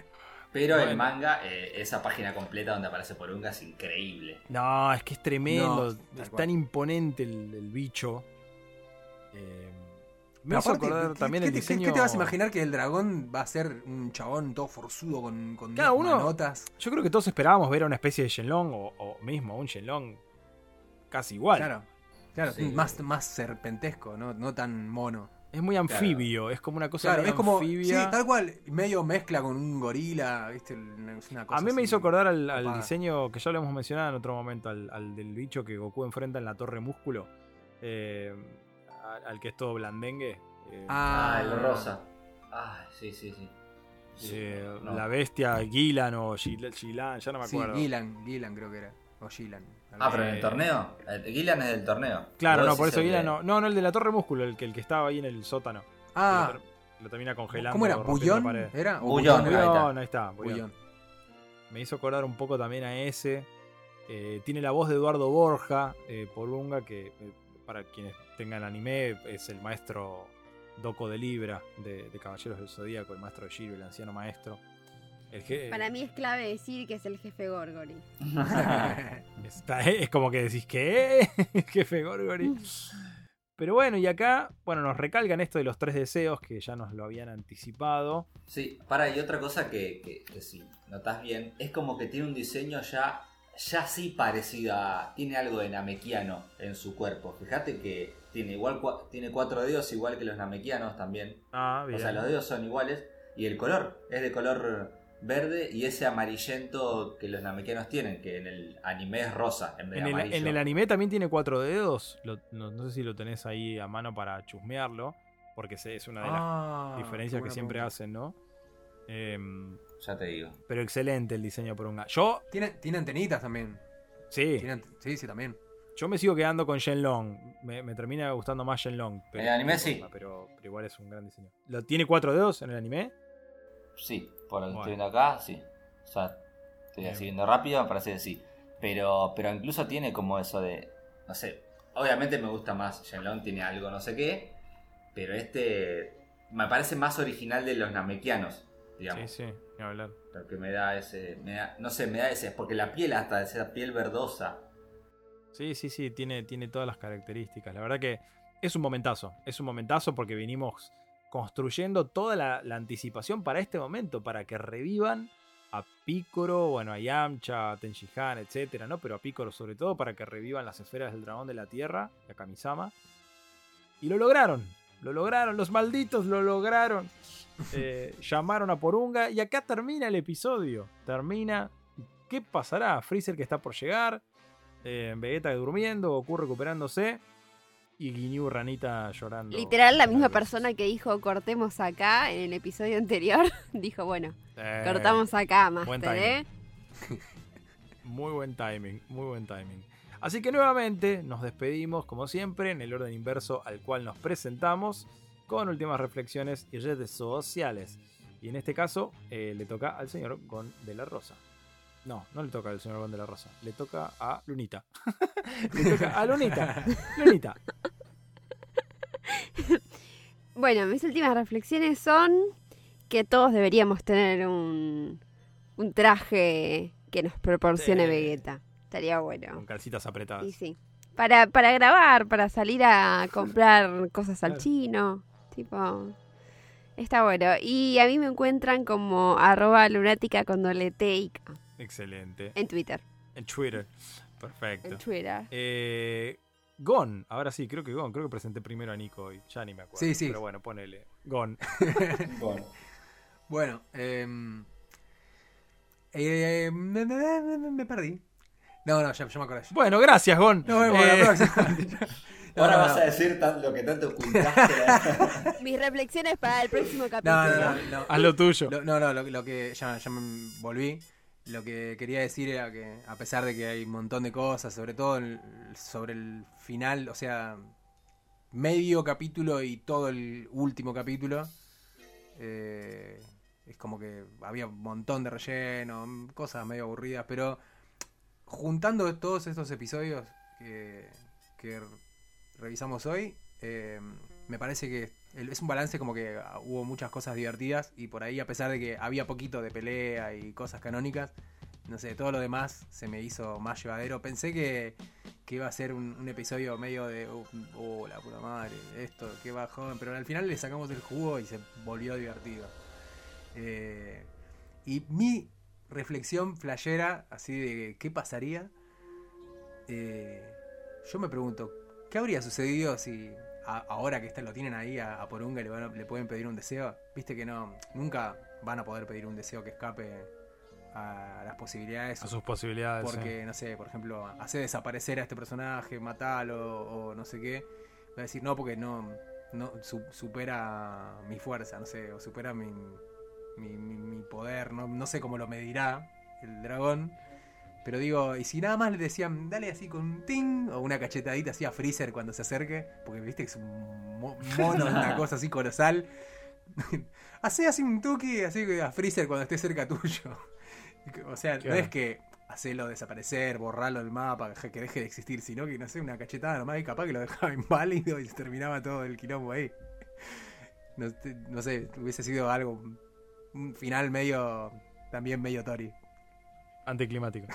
S2: Pero
S1: Bueno.
S2: el manga, eh, esa página completa donde aparece Porunga es increíble.
S1: No, es que es tremendo.
S3: No, tal
S1: es
S3: cual.
S1: tan imponente el, el bicho. Eh, me
S3: Pero
S1: hizo
S3: aparte,
S1: acordar
S3: ¿qué-
S1: también
S3: qué
S1: el
S3: te-
S1: diseño.
S3: ¿Qué te vas a imaginar que el dragón va a ser un chabón todo forzudo con, con
S1: Cada
S3: unas
S1: uno-
S3: manotas?
S1: Yo creo que todos esperábamos ver a una especie de Shenlong o, o mismo un Shenlong casi igual.
S3: Claro, claro,
S2: Sí.
S3: más, más serpentesco, ¿no? No tan mono.
S1: Es muy anfibio, es como una cosa
S3: Claro,
S1: medio
S3: es como, sí,
S1: anfibia.
S3: tal cual, medio mezcla con un gorila, ¿viste? Es una cosa
S1: A mí me
S3: así
S1: hizo acordar al, al
S3: copada.
S1: diseño que ya lo hemos mencionado en otro momento, al, al del bicho que Goku enfrenta en la Torre Músculo, eh, al, al que es todo blandengue. eh,
S2: Ah,
S3: Ah,
S2: el rosa. Ah, sí, sí, sí. Sí,
S1: eh,
S2: no.
S1: La bestia Gilan o Gil- Gilan, ya no me
S3: Sí,
S1: acuerdo.
S3: Gilan, Gilan creo que era. O Gilan.
S2: Ah, pero en
S1: Eh,
S2: el torneo. El Gilan es del torneo.
S1: Claro,
S2: Vos
S1: no, por
S2: decís
S1: eso
S2: el
S1: Gilan
S2: de-
S1: no. No, no, el de la Torre Músculo, el que, el que estaba ahí en el sótano.
S3: Ah,
S1: Lo, ter- lo termina congelando.
S3: ¿cómo era?
S1: rompiendo
S3: ¿Bullón?
S1: la pared.
S3: ¿Era? ¿O
S2: Bullón,
S3: era?
S2: ahí está.
S1: Bullón, ahí está. Bullón.
S3: Bullón.
S1: Me hizo acordar un poco también a ese. Eh, tiene la voz de Eduardo Borja, eh, Porunga, que eh, para quienes tengan anime es el maestro Doko de Libra de, de Caballeros del Zodíaco, el maestro de Shiryu, el anciano maestro. El je-
S4: Para mí es clave decir que es el jefe Gorgori.
S1: está- es como que decís que jefe Gorgori. Pero bueno, y acá, bueno, nos recalcan esto de los tres deseos que ya nos lo habían anticipado.
S2: Sí, para, y otra cosa que, que, que si notas bien, es como que tiene un diseño ya, ya sí parecido a... Tiene algo de namekiano en su cuerpo. Fíjate que tiene igual cua- tiene cuatro dedos igual que los namekianos también.
S1: Ah,
S2: O
S1: bien.
S2: sea, los dedos son iguales y el color es de color verde y ese amarillento que los namekianos tienen, que en el anime es rosa en vez
S1: En
S2: de
S1: el,
S2: amarillo.
S1: en el anime también tiene cuatro dedos. Lo- no, no sé si lo tenés ahí a mano para chusmearlo. Porque se- es una de las
S3: Ah,
S1: diferencias
S3: qué
S1: que
S3: buena
S1: siempre
S3: pregunta.
S1: hacen, ¿no? Em,
S2: Ya te digo.
S1: pero excelente el diseño por un Yo,
S3: Tiene, tiene antenitas también.
S1: sí,
S3: Tiene ant- sí, sí, también.
S1: yo me sigo quedando con Shenlong. Me, me termina gustando más Shenlong. Pero,
S2: En el anime sí.
S1: Pero, pero igual es un gran diseño. ¿Lo tiene cuatro dedos en el anime?
S2: Sí, por lo que
S1: Bueno.
S2: estoy viendo acá, sí. O sea, estoy
S1: Bien.
S2: así viendo rápido, me parece que sí. Pero, pero incluso tiene como eso de, no sé, obviamente me gusta más Shenlong, tiene algo no sé qué, pero este me parece más original de los namekianos, digamos.
S1: Sí, sí, ni hablar.
S2: Porque me da ese, me da- no sé, me da ese, porque la piel hasta esa piel verdosa.
S1: Sí, sí, sí, tiene, tiene todas las características. La verdad que es un momentazo. Es un momentazo porque vinimos construyendo toda la, la anticipación para este momento, para que revivan a Piccolo, bueno, a Yamcha, a Tenshinhan, etcétera, ¿no? Pero a Piccolo sobre todo para que revivan las esferas del dragón de la tierra, y a Kamisama. Y lo lograron, lo lograron, los malditos lo lograron. Eh, llamaron a Porunga y acá termina el episodio. Termina. ¿Qué pasará? Freezer que está por llegar. Eh, Vegeta durmiendo, Goku recuperándose. Y Ginyu Ranita llorando.
S4: Literal, la misma persona que dijo cortemos acá en el episodio anterior, dijo, bueno,
S1: Eh,
S4: cortamos acá,
S1: buen
S4: Master, ¿eh?
S1: Muy buen timing, muy buen timing. Así que nuevamente nos despedimos, como siempre, en el orden inverso al cual nos presentamos, con últimas reflexiones y redes sociales. Y en este caso, eh, le toca al señor Gon de la Rosa. No, no le toca al señor Gon de la Rosa, le toca a Lunita. Le toca a Lunita. Lunita.
S4: Bueno, mis últimas reflexiones son que todos deberíamos tener un, un traje que nos proporcione
S1: Sí.
S4: Vegeta. Estaría bueno.
S1: Con calcitas apretadas.
S4: Y sí. Para, para grabar, para salir a comprar cosas al
S1: Claro.
S4: chino. Tipo. Está bueno. Y a mí me encuentran como arroba lunática con doble T y K.
S1: Excelente.
S4: En Twitter.
S1: En Twitter. Perfecto.
S4: En Twitter.
S1: Eh, Gon, ahora sí, creo que Gon, creo que presenté primero a Nico hoy, ya ni me acuerdo.
S3: Sí, sí.
S1: Pero bueno, ponele. Gon.
S2: Bueno,
S3: Bueno, em, eh, me, me- me- me perdí. No, no, ya, ya me acordé.
S1: Bueno, gracias, Gon.
S3: Nos vemos
S1: Eh,
S3: la próxima. No,
S2: ahora
S3: no,
S2: vas
S3: no.
S2: a decir tan- lo que tanto ocultaste.
S4: Mis reflexiones para el próximo capítulo.
S3: No, no, no, no.
S1: Haz lo tuyo.
S3: Lo- no, no, lo, lo que ya, ya me volví. Lo que quería decir era que a pesar de que hay un montón de cosas, sobre todo el- sobre el final, o sea, medio capítulo y todo el último capítulo, eh, es como que había un montón de relleno, cosas medio aburridas, pero juntando todos estos episodios que, que revisamos hoy, eh, me parece que el- es un balance como que ah, hubo muchas cosas divertidas y por ahí, a pesar de que había poquito de pelea y cosas canónicas, no sé, todo lo demás se me hizo más llevadero. Pensé que, que iba a ser un, un episodio medio de, oh, oh, la puta madre, esto, qué bajón, pero al final le sacamos el jugo y se volvió divertido. Eh, y mi reflexión flashera, así de qué pasaría, eh, yo me pregunto, ¿qué habría sucedido si a- ahora que está, lo tienen ahí a, a Porunga y le, van a- le pueden pedir un deseo? Viste que no, nunca van a poder pedir un deseo que escape a las posibilidades.
S1: A sus posibilidades.
S3: Porque, no sé, por ejemplo, hace desaparecer a este personaje, matalo o no sé qué. Va a decir, no, porque no, no su- supera mi fuerza, no sé, o supera mi, mi, mi- mi poder, no, no sé cómo lo medirá el dragón. Pero digo, y si nada más le decían, dale así con un ting, o una cachetadita así a Freezer cuando se acerque, porque viste que es un mo- mono, una cosa así colosal. Hacé así un toque así a Freezer cuando esté cerca tuyo. O sea,
S1: Claro.
S3: no es que hacerlo desaparecer, borrarlo del mapa, que deje de existir, sino que, no sé, una cachetada nomás y capaz que lo dejaba inválido y se terminaba todo el quilombo ahí. No, te- no sé, hubiese sido algo, un final medio, también medio Tori.
S1: Anticlimático.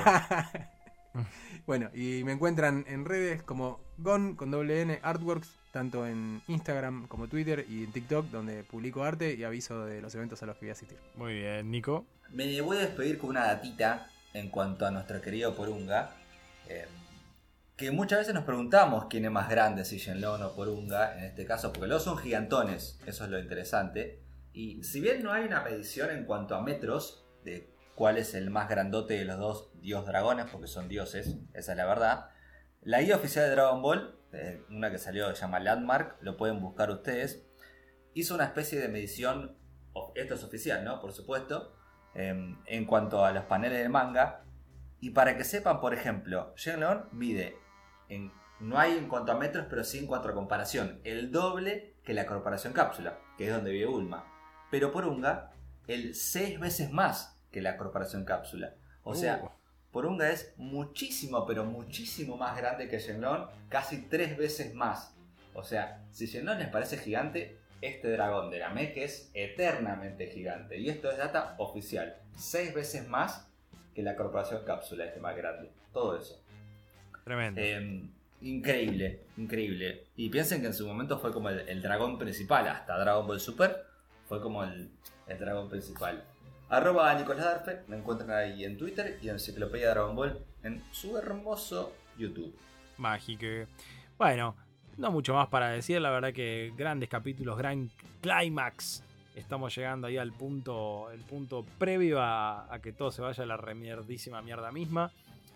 S3: Bueno, y me encuentran en redes como Gon con doble N Artworks, tanto en Instagram como Twitter y en TikTok, donde publico arte y aviso de los eventos a los que voy a asistir.
S1: Muy bien, Nico.
S2: Me voy a despedir con una datita en cuanto a nuestro querido Porunga. eh, que muchas veces nos preguntamos quién es más grande, si Shenlong o Porunga, en este caso, porque los dos son gigantones, eso es lo interesante. Y si bien no hay una medición en cuanto a metros de cuál es el más grandote de los dos dios dragones, porque son dioses, esa es la verdad, la guía oficial de Dragon Ball, eh, una que salió, se llama Landmark, lo pueden buscar ustedes, hizo una especie de medición, o- esto es oficial, ¿no? Por supuesto, eh, en cuanto a los paneles del manga. Y para que sepan, por ejemplo, Shenlong mide, en, no hay en cuanto a metros, pero sí en cuanto a comparación, el doble que la Corporación Cápsula, que es donde vive Bulma. Pero Porunga, el seis veces más que la Corporación Cápsula. O sea,
S1: Uh.
S2: Porunga es muchísimo, pero muchísimo más grande que Shenlong, casi tres veces más. O sea, si Shenlong les parece gigante, este dragón de Namek es eternamente gigante. Y esto es data oficial. Seis veces más que la Corporación Cápsula, este más grande. Todo eso.
S1: Tremendo.
S2: Eh, increíble, increíble. Y piensen que en su momento fue como el, el dragón principal, hasta Dragon Ball Super, fue como el, el dragón principal. Arroba Nicolás Darfe, me encuentran ahí en Twitter y en Enciclopedia Dragon Ball en su hermoso YouTube.
S1: Mágico. Bueno, no mucho más para decir. La verdad que grandes capítulos, gran clímax. Estamos llegando ahí al punto, el punto previo a, a que todo se vaya a la remierdísima mierda misma.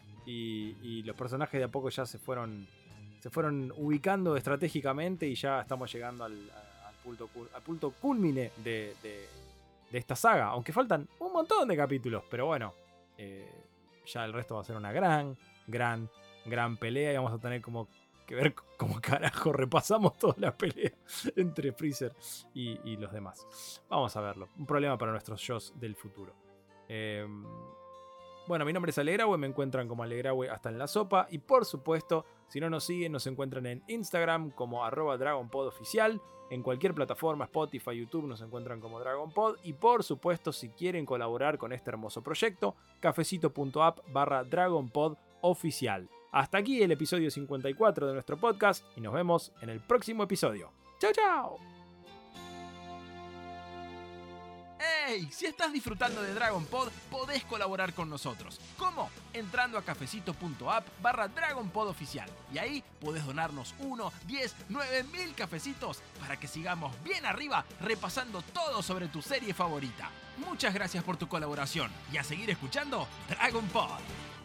S1: Y, y los personajes de a poco ya se fueron, se fueron ubicando estratégicamente y ya estamos llegando al, al, punto, cul- al punto culmine de, de, de esta saga. Aunque faltan un montón de capítulos, pero bueno, eh, ya el resto va a ser una gran, gran, gran pelea y vamos a tener como que ver cómo carajo repasamos todas las peleas entre Freezer y, y los demás. Vamos a verlo. Un problema para nuestros shows del futuro. Eh, bueno, mi nombre es Alegrawe, me encuentran como Alegrawe hasta en la sopa. Y por supuesto, si no nos siguen, nos encuentran en Instagram como arroba DragonPodOficial. En cualquier plataforma, Spotify, YouTube, nos encuentran como DragonPod. Y por supuesto, si quieren colaborar con este hermoso proyecto, cafecito.app barra DragonPodOficial. Hasta aquí el episodio cincuenta y cuatro de nuestro podcast y nos vemos en el próximo episodio. ¡Chao, chao!
S6: ¡Hey! Si estás disfrutando de Dragon Pod, podés colaborar con nosotros. ¿Cómo? Entrando a cafecito.app barra Dragon Pod Oficial. Y ahí podés donarnos uno, diez, nueve mil cafecitos para que sigamos bien arriba repasando todo sobre tu serie favorita. Muchas gracias por tu colaboración y a seguir escuchando Dragon Pod.